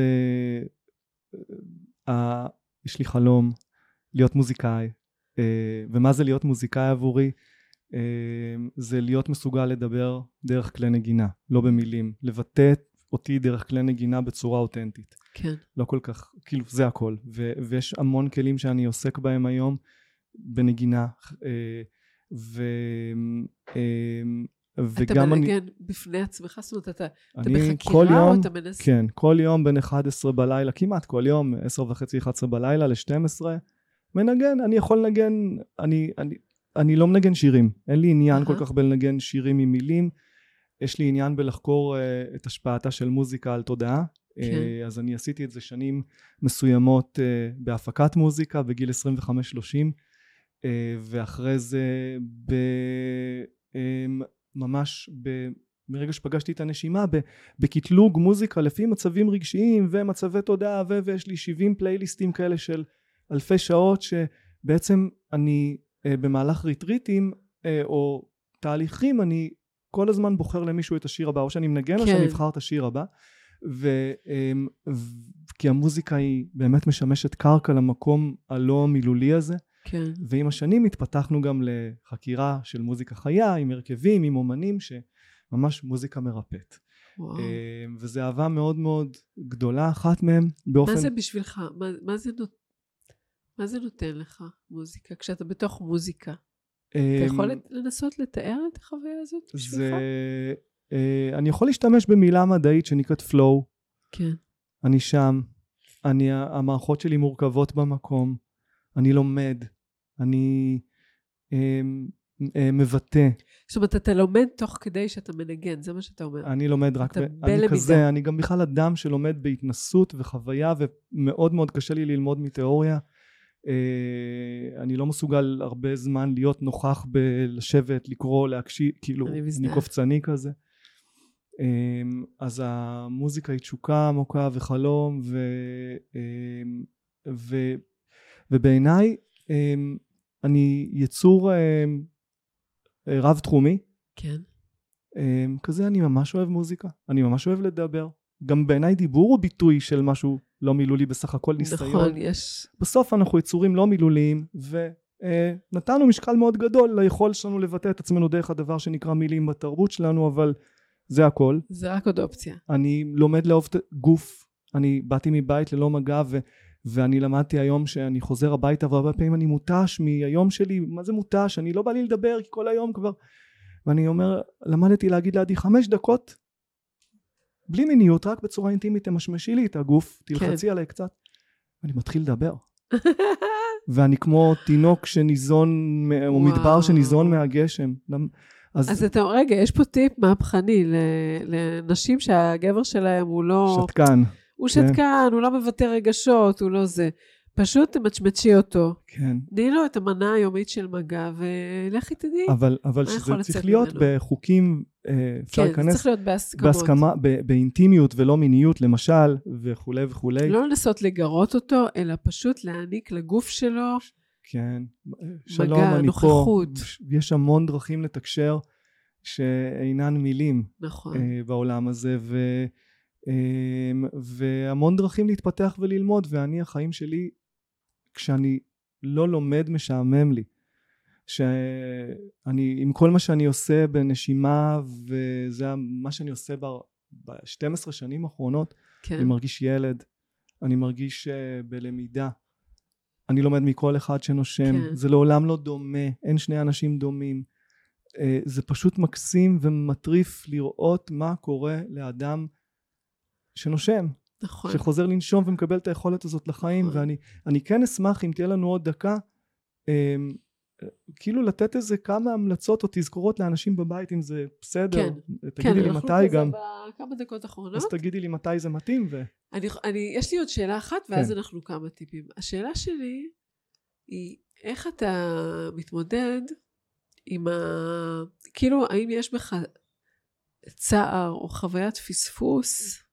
יש לי חלום להיות מוזיקאי, ומה זה להיות מוזיקאי עבורי? זה להיות מסוגל לדבר דרך כלי נגינה, לא במילים, לבטא אותי דרך כלי נגינה בצורה אותנטית. כן. לא כל כך, כאילו זה הכל, ויש המון כלים שאני עוסק בהם היום בנגינה, אתה מנגן בפני עצמך, זאת אומרת, אתה בחקירה או אתה מנסה? כן, כל יום בין 11 בלילה, כמעט כל יום, 10:30-11 בלילה ל-12, מנגן. אני יכול לנגן, אני לא מנגן שירים, אין לי עניין כל כך בלנגן שירים עם מילים, יש לי עניין בלחקור את השפעתה של מוזיקה על תודעה, אז אני עשיתי את זה שנים מסוימות בהפקת מוזיקה, בגיל 25-30, ואחרי זה ממש מרגע שפגשתי את הנשימה בקטלוג מוזיקה לפי מצבים רגשיים ומצבי תודעה, ויש לי 70 פלייליסטים כאלה של אלפי שעות, שבעצם אני במהלך ריטריטים או תהליכים, אני כל הזמן בוחר למישהו את השיר הבא, או שאני מנגן או שאני אבחר את השיר הבא, כי המוזיקה היא באמת משמשת קרקע למקום הלא מילולי הזה, כן. ועם השנים התפתחנו גם לחקירה של מוזיקה חיה, עם הרכבים, עם אומנים, שממש מוזיקה מרפאת. וואו. וזו אהבה מאוד מאוד גדולה, אחת מהם באופן... מה זה בשבילך? מה זה נותן לך, מוזיקה? כשאתה בתוך מוזיקה, אתה יכול לנסות לתאר את החוויה הזאת בשבילך? אני יכול להשתמש במילה מדעית שנקראת flow. כן. אני שם, המערכות שלי מורכבות במקום, אני לומד, אני מבטא. זאת אומרת, אתה לומד תוך כדי שאתה מנגן, זה מה שאתה אומר. אני לומד רק, אני כזה, אני גם בכלל אדם שלומד בהתנסות וחוויה, ומאוד מאוד קשה לי ללמוד מתיאוריה. אני לא מסוגל הרבה זמן להיות נוכח בלשבת, לקרוא, להקשיב, כאילו, אני קופצני כזה. אז המוזיקה היא תשוקה עמוקה וחלום, ובעיניי אני יצור רב תחומי. כן. כזה אני ממש אוהב מוזיקה, אני ממש אוהב לדבר. גם בעיניי דיבור הוא ביטוי של משהו לא מילולי, בסך הכל ניסיון. נכון, יש. בסוף אנחנו יצורים לא מילוליים, ונתנו משקל מאוד גדול ליכול שלנו לבטא את עצמנו דרך הדבר שנקרא מילים בתרבות שלנו, אבל זה הכל. זה רק עוד אופציה. אני לומד לאהוב את גוף, אני באתי מבית ללא מגע, ואני למדתי היום שאני חוזר הביתה, והרבה פעמים אני מותש מהיום שלי. מה זה מותש? אני לא בא לי לדבר, כי כל היום כבר... ואני אומר, למדתי להגיד לעדי 5 דקות, בלי מיניות, רק בצורה אינטימית, תמשמשי לי את הגוף, תלחצי עליי קצת, ואני מתחיל לדבר. ואני כמו תינוק שניזון, או מדבר שניזון מהגשם. אז אתה, רגע, יש פה טיפ מהפכני, לנשים שהגבר שלהם הוא לא... שתקן. הוא שתקן, הוא לא מבטא רגשות, הוא לא זה. פשוט תמצ'מצ'י אותו. כן. תני לו את המנה היומית של מגע, ולכי תדעי. אבל שזה צריך להיות בחוקים, אפשר להיכנס... כן, זה צריך להיות בהסכמה, באינטימיות ולא מיניות, למשל, וכו' וכו'. לא לנסות לגרות אותו, אלא פשוט להעניק לגוף שלו... כן. שלום, מגע, אני נוכחות. פה. יש המון דרכים לתקשר, שאינן מילים. נכון. בעולם הזה, והמון דרכים להתפתח וללמוד, ואני החיים שלי כשאני לא לומד משעמם לי, שאני עם כל מה שאני עושה בנשימה, וזה מה שאני עושה ב-12 שנים האחרונות, כן. אני מרגיש ילד, אני מרגיש בלמידה, אני לומד מכל אחד שנושם, כן. זה לעולם לא דומה, אין שני אנשים דומים, זה פשוט מקסים ומטריף לראות מה קורה לאדם שנושם, נכון. שחוזר לנשום ומקבל את היכולת הזאת לחיים, נכון. ואני כן אשמח אם תהיה לנו עוד דקה, כאילו לתת איזה כמה המלצות או תזכורות לאנשים בבית, אם זה בסדר, כן. תגידי כן, לי מתי גם. בכמה דקות אחרונות. אז תגידי לי מתי זה מתאים. יש לי עוד שאלה אחת, ואז כן. אנחנו כמה טיפים. השאלה שלי היא, איך אתה מתמודד עם כאילו, האם יש בך צער או חוויית פספוס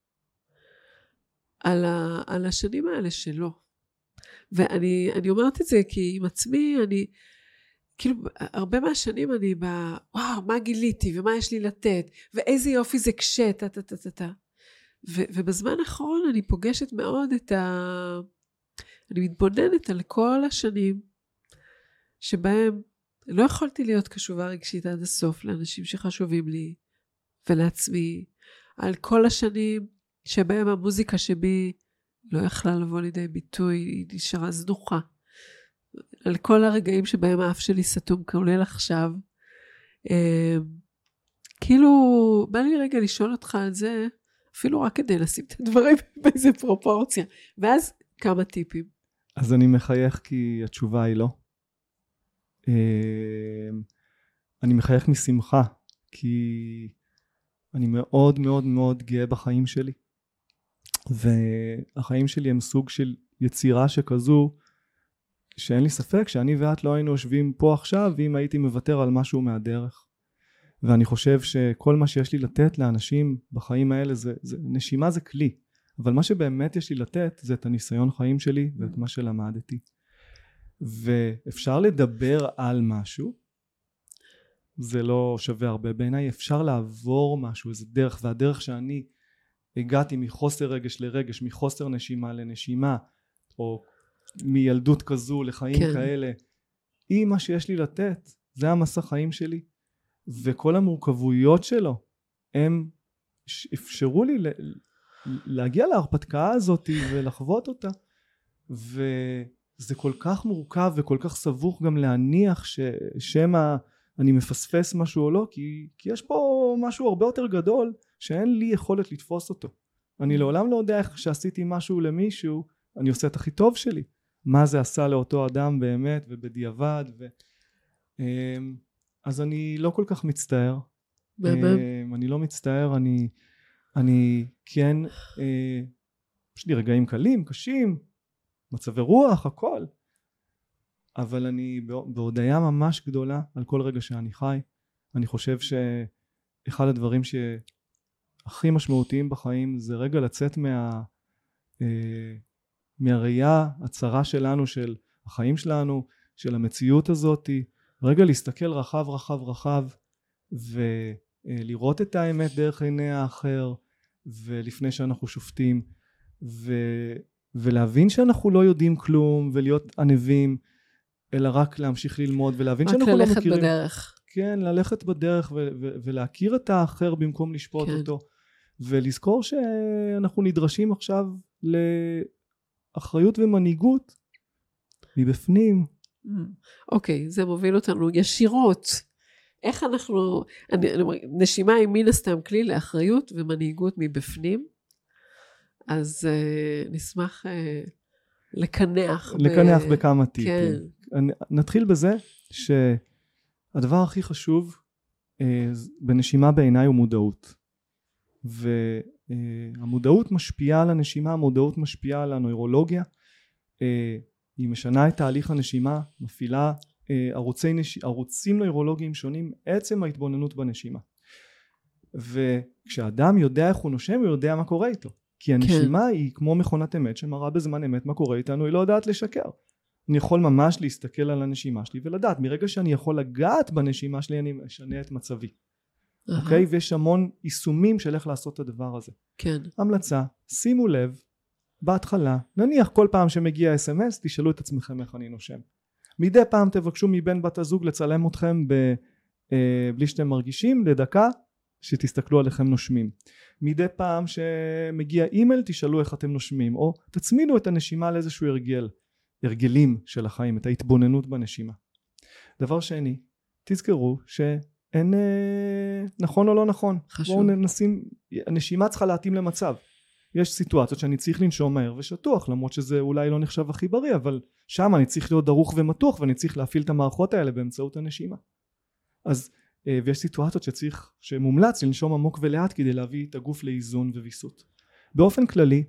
על השנים האלה שלו. ואני אומרת את זה כי עם עצמי, כאילו, הרבה מהשנים אני וואו, מה גיליתי, ומה יש לי לתת, ואיזה יופי זה ובזמן האחרון אני פוגשת מאוד אני מתבוננת על כל השנים, שבהם לא יכולתי להיות קשובה רגשית עד הסוף, לאנשים שחשובים לי, ולעצמי, על כל השנים, שבהם המוזיקה שבי לא יכלה לבוא לידי ביטוי, היא נשארה זנוחה. על כל הרגעים שבהם האף שלי סתום, כולל עכשיו. כאילו, בא לי רגע לשאול אותך על זה, אפילו רק כדי לשים את הדברים באיזה פרופורציה. ואז כמה טיפים. אז אני מחייך כי התשובה היא לא. אני מחייך משמחה, כי אני מאוד מאוד מאוד גאה בחיים שלי. והחיים שלי הם סוג של יצירה שכזו, שאין לי ספק שאני ואת לא היינו יושבים פה עכשיו, ואם הייתי מוותר על משהו מהדרך. ואני חושב שכל מה שיש לי לתת לאנשים בחיים האלה, נשימה זה כלי. אבל מה שבאמת יש לי לתת, זה את הניסיון חיים שלי, ואת מה שלמדתי. ואפשר לדבר על משהו, זה לא שווה הרבה בעיניי, אפשר לעבור משהו, איזה דרך, והדרך שאני הגעתי מחוסר רגש לרגש, מחוסר נשימה לנשימה, או מילדות כזו לחיים כן. כאלה, היא מה שיש לי לתת, זה המסע חיים שלי, וכל המורכבויות שלו, הם שאפשרו לי להגיע להרפתקה הזאת ולחוות אותה, וזה כל כך מורכב וכל כך סבוך גם להניח ששמה אני מפספס משהו או לא, כי יש פה משהו הרבה יותר גדול שאין לי יכולת לתפוס אותו. אני לעולם לא יודע איך שעשיתי משהו למישהו, אני עושה את הכי טוב שלי, מה זה עשה לאותו אדם באמת ובדיעבד, אז אני לא כל כך מצטער. אני לא מצטער, אני כן, יש לי רגעים קלים, קשים, מצבי רוח, הכל, אבל אני בהודיה ממש גדולה על כל רגע שאני חי. אני חושב שאחד הדברים שהכי משמעותיים בחיים זה רגע לצאת מהראייה הצרה שלנו, של החיים שלנו, של המציאות הזאת, רגע להסתכל רחב רחב רחב ולראות את האמת דרך עיני האחר, ולפני שאנחנו שופטים, ולהבין שאנחנו לא יודעים כלום ולהיות ענבים, אלא רק להמשיך ללמוד ולהבין שאנחנו לא מכירים. רק ללכת בדרך. כן, ללכת בדרך ולהכיר את האחר במקום לשפוט אותו, ולזכור שאנחנו נדרשים עכשיו לאחריות ומנהיגות מבפנים. אוקיי, זה מוביל אותנו ישירות. איך אנחנו, נשימה היא מן הסתם כלי לאחריות ומנהיגות מבפנים, אז נשמח לקנח בכמה טיפים. נתחיל בזה שהדבר הכי חשוב בנשימה בעיניי הוא מודעות, והמודעות משפיעה על הנשימה, המודעות משפיעה על הנוירולוגיה, היא משנה את תהליך הנשימה, מפעילה ערוצים נוירולוגיים שונים, עצם ההתבוננות בנשימה. וכשאדם יודע איך הוא נושם, הוא יודע מה קורה איתו. כי הנשימה היא כמו מכונת אמת שמראה בזמן אמת מה קורה איתנו, היא לא יודעת לשקר. אני יכול ממש להסתכל על הנשימה שלי ולדעת, מרגע שאני יכול לגעת בנשימה שלי, אני משנה את מצבי. אוקיי? ויש המון יישומים של איך לעשות את הדבר הזה. כן. המלצה, שימו לב, בהתחלה, נניח כל פעם שמגיע SMS, תשאלו את עצמכם איך אני נושם. מדי פעם תבקשו מבן בת הזוג לצלם אתכם בלי שאתם מרגישים, לדקה, שתסתכלו עליכם נושמים. מדי פעם שמגיע אימייל, תשאלו איך אתם נושמים, או תצמידו את הנשימה לאיזשהו הרגלים של החיים, את ההתבוננות בנשימה. דבר שני, תזכרו שאין נכון או לא נכון. חשוב. בואו נשים, הנשימה צריכה להתאים למצב. יש סיטואציות שאני צריך לנשום מהר ושטוח, למרות שזה אולי לא נחשב הכי בריא, אבל שם אני צריך להיות דרוך ומתוח, ואני צריך להפעיל את המערכות האלה באמצעות הנשימה. אז, ויש סיטואציות שמומלץ לנשום עמוק ולאט, כדי להביא את הגוף לאיזון וויסות. באופן כללי,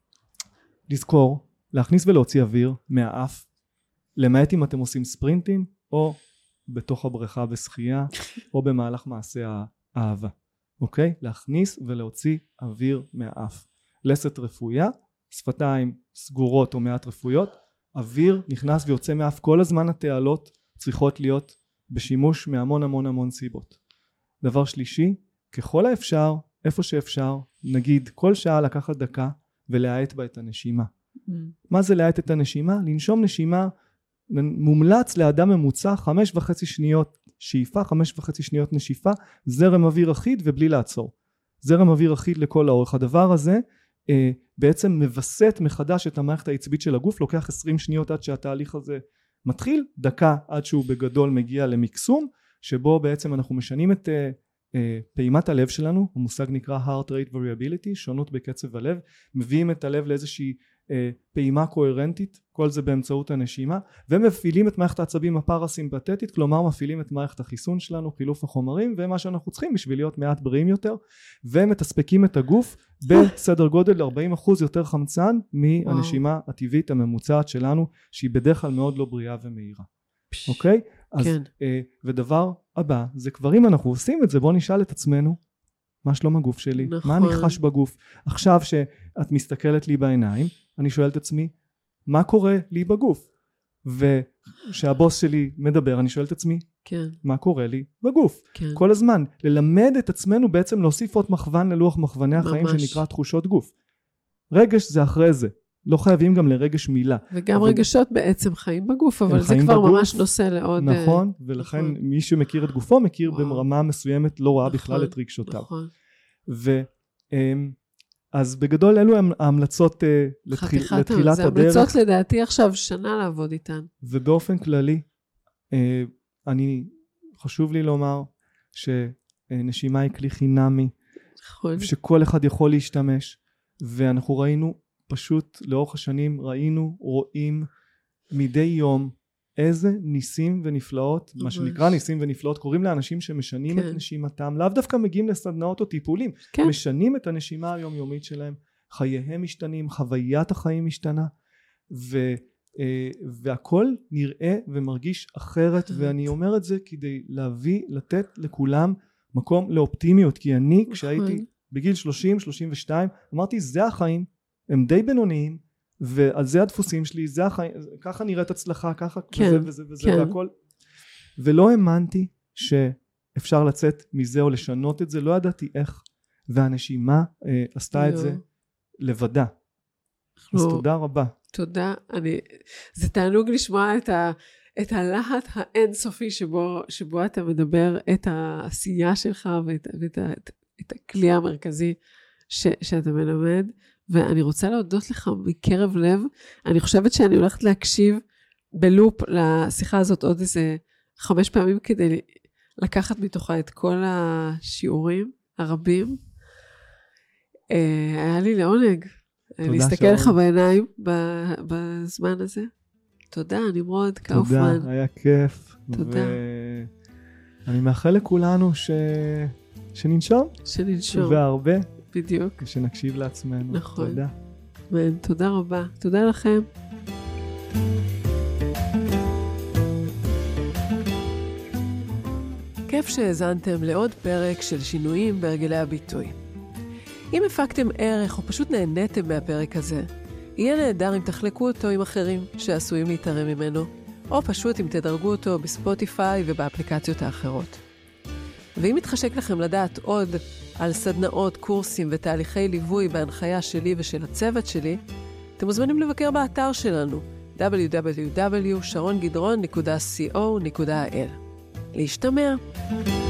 לזכור, להכניס ולהוציא אוויר מהאף, למעט אם אתם עושים ספרינטים, או בתוך הבריכה בשחייה, או במהלך מעשה האהבה. אוקיי? להכניס ולהוציא אוויר מהאף. לסת רפויה, שפתיים סגורות או מעט רפויות, אוויר נכנס ויוצא מהאף. כל הזמן התעלות צריכות להיות בשימוש מהמון המון המון סיבות. דבר שלישי, ככל האפשר, איפה שאפשר, נגיד כל שעה לקחת דקה ולהאט בה את הנשימה. מה זה להאט את הנשימה? לנשום נשימה מומלץ לאדם ממוצע 5.5 שניות שאיפה, 5.5 שניות נשיפה, זרם אוויר אחיד ובלי לעצור. זרם אוויר אחיד לכל האורך. הדבר הזה בעצם מבסט מחדש את המערכת העצבית של הגוף, לוקח 20 שניות עד שהתהליך הזה מתחיל, דקה עד שהוא בגדול מגיע למקסום, שבו בעצם אנחנו משנים את פעימת הלב שלנו, המושג נקרא heart rate variability, שונות בקצב הלב, מביאים את הלב לאיזושהי פעימה קוהרנטית, כל זה באמצעות הנשימה, ומפעילים את מערכת העצבים הפרסימפתטית, כלומר מפעילים את מערכת החיסון שלנו, חילוף החומרים, ומה שאנחנו צריכים בשביל להיות מעט בריאים יותר, ומתספקים את הגוף בסדר גודל 40% יותר חמצן מהנשימה הטבעית הממוצעת שלנו, שהיא בדרך כלל מאוד לא בריאה ומהירה. אוקיי? אז, ודבר הבא, זה כבר אם אנחנו עושים את זה, בואו נשאל את עצמנו, מה שלום הגוף שלי? נכון. מה אני חש בגוף? עכשיו שאת מסתכלת לי בעיניים, אני שואל את עצמי, מה קורה לי בגוף? ושהבוס שלי מדבר, אני שואל את עצמי, כן. מה קורה לי בגוף? כן. כל הזמן, ללמד את עצמנו בעצם להוסיף עוד מכוון ללוח מכווני החיים שנקרא תחושות גוף. רגש זה אחרי זה. לא חייבים גם לרגש מילה. וגם רגשות בעצם חיים בגוף, אבל זה כבר בגוף, ממש נושא לעוד... נכון, ולכן מי שמכיר את גופו, מכיר ברמה מסוימת, לא ראה בכלל את רגשותיו. נכון. אז בגדול אלו ההמלצות לתחילת הדרך. זה המלצות לדעתי עכשיו שנה לעבוד איתן. ובאופן כללי, חשוב לי לומר שנשימה היא כלי חינמי, שכל אחד יכול להשתמש, ואנחנו ראינו פשוט לאורך השנים, רואים מדי יום איזה ניסים ונפלאות, מה שנקרא ניסים ונפלאות, קוראים לאנשים שמשנים את נשימתם, לאו דווקא מגיעים לסדנאות או טיפולים, משנים את הנשימה היומיומית שלהם, חייהם משתנים, חוויית החיים משתנה, והכל נראה ומרגיש אחרת, ואני אומר את זה כדי לתת לכולם מקום לאופטימיות, כי אני כשהייתי בגיל 30-32 אמרתי זה החיים, הם די בינוניים, ועל זה הדפוסים שלי, זה החיים, ככה נראית הצלחה, ככה וזה והכל, ולא האמנתי שאפשר לצאת מזה או לשנות את זה, לא ידעתי איך, והנשימה עשתה את זה לבדה. אז תודה רבה. תודה, זה תענוג לשמוע את הלהט האינסופי שבו אתה מדבר את העשייה שלך ואת הכלי המרכזי שאתה מלמד, ואני רוצה להודות לך מקרב לב. אני חושבת שאני הולכת להקשיב בלופ לשיחה הזאת עוד איזה 5 פעמים כדי לקחת מתוכה את כל השיעורים הרבים. היה לי לעונג להסתכל לך בעיניים בזמן הזה. תודה, נמרוד קאופמן. תודה, היה כיף. תודה. אני מאחל לכולנו שננשום. והרבה. בדיוק. ושנקשיב לעצמנו. נכון. תודה. תודה רבה. תודה לכם. כיף שהאזנתם לעוד פרק של שינויים בהרגלי הביטוי. אם הפקתם ערך או פשוט נהניתם מהפרק הזה, יהיה נהדר אם תחלקו אותו עם אחרים שעשויים להתערם ממנו, או פשוט אם תדרגו אותו בספוטיפיי ובאפליקציות האחרות. ואם מתחשק לכם לדעת עוד על סדנאות, קורסים ותהליכי ליווי בהנחיה שלי ושל הצוות שלי, אתם מוזמנים לבקר באתר שלנו www.sharongidron.co.il. להשתמע.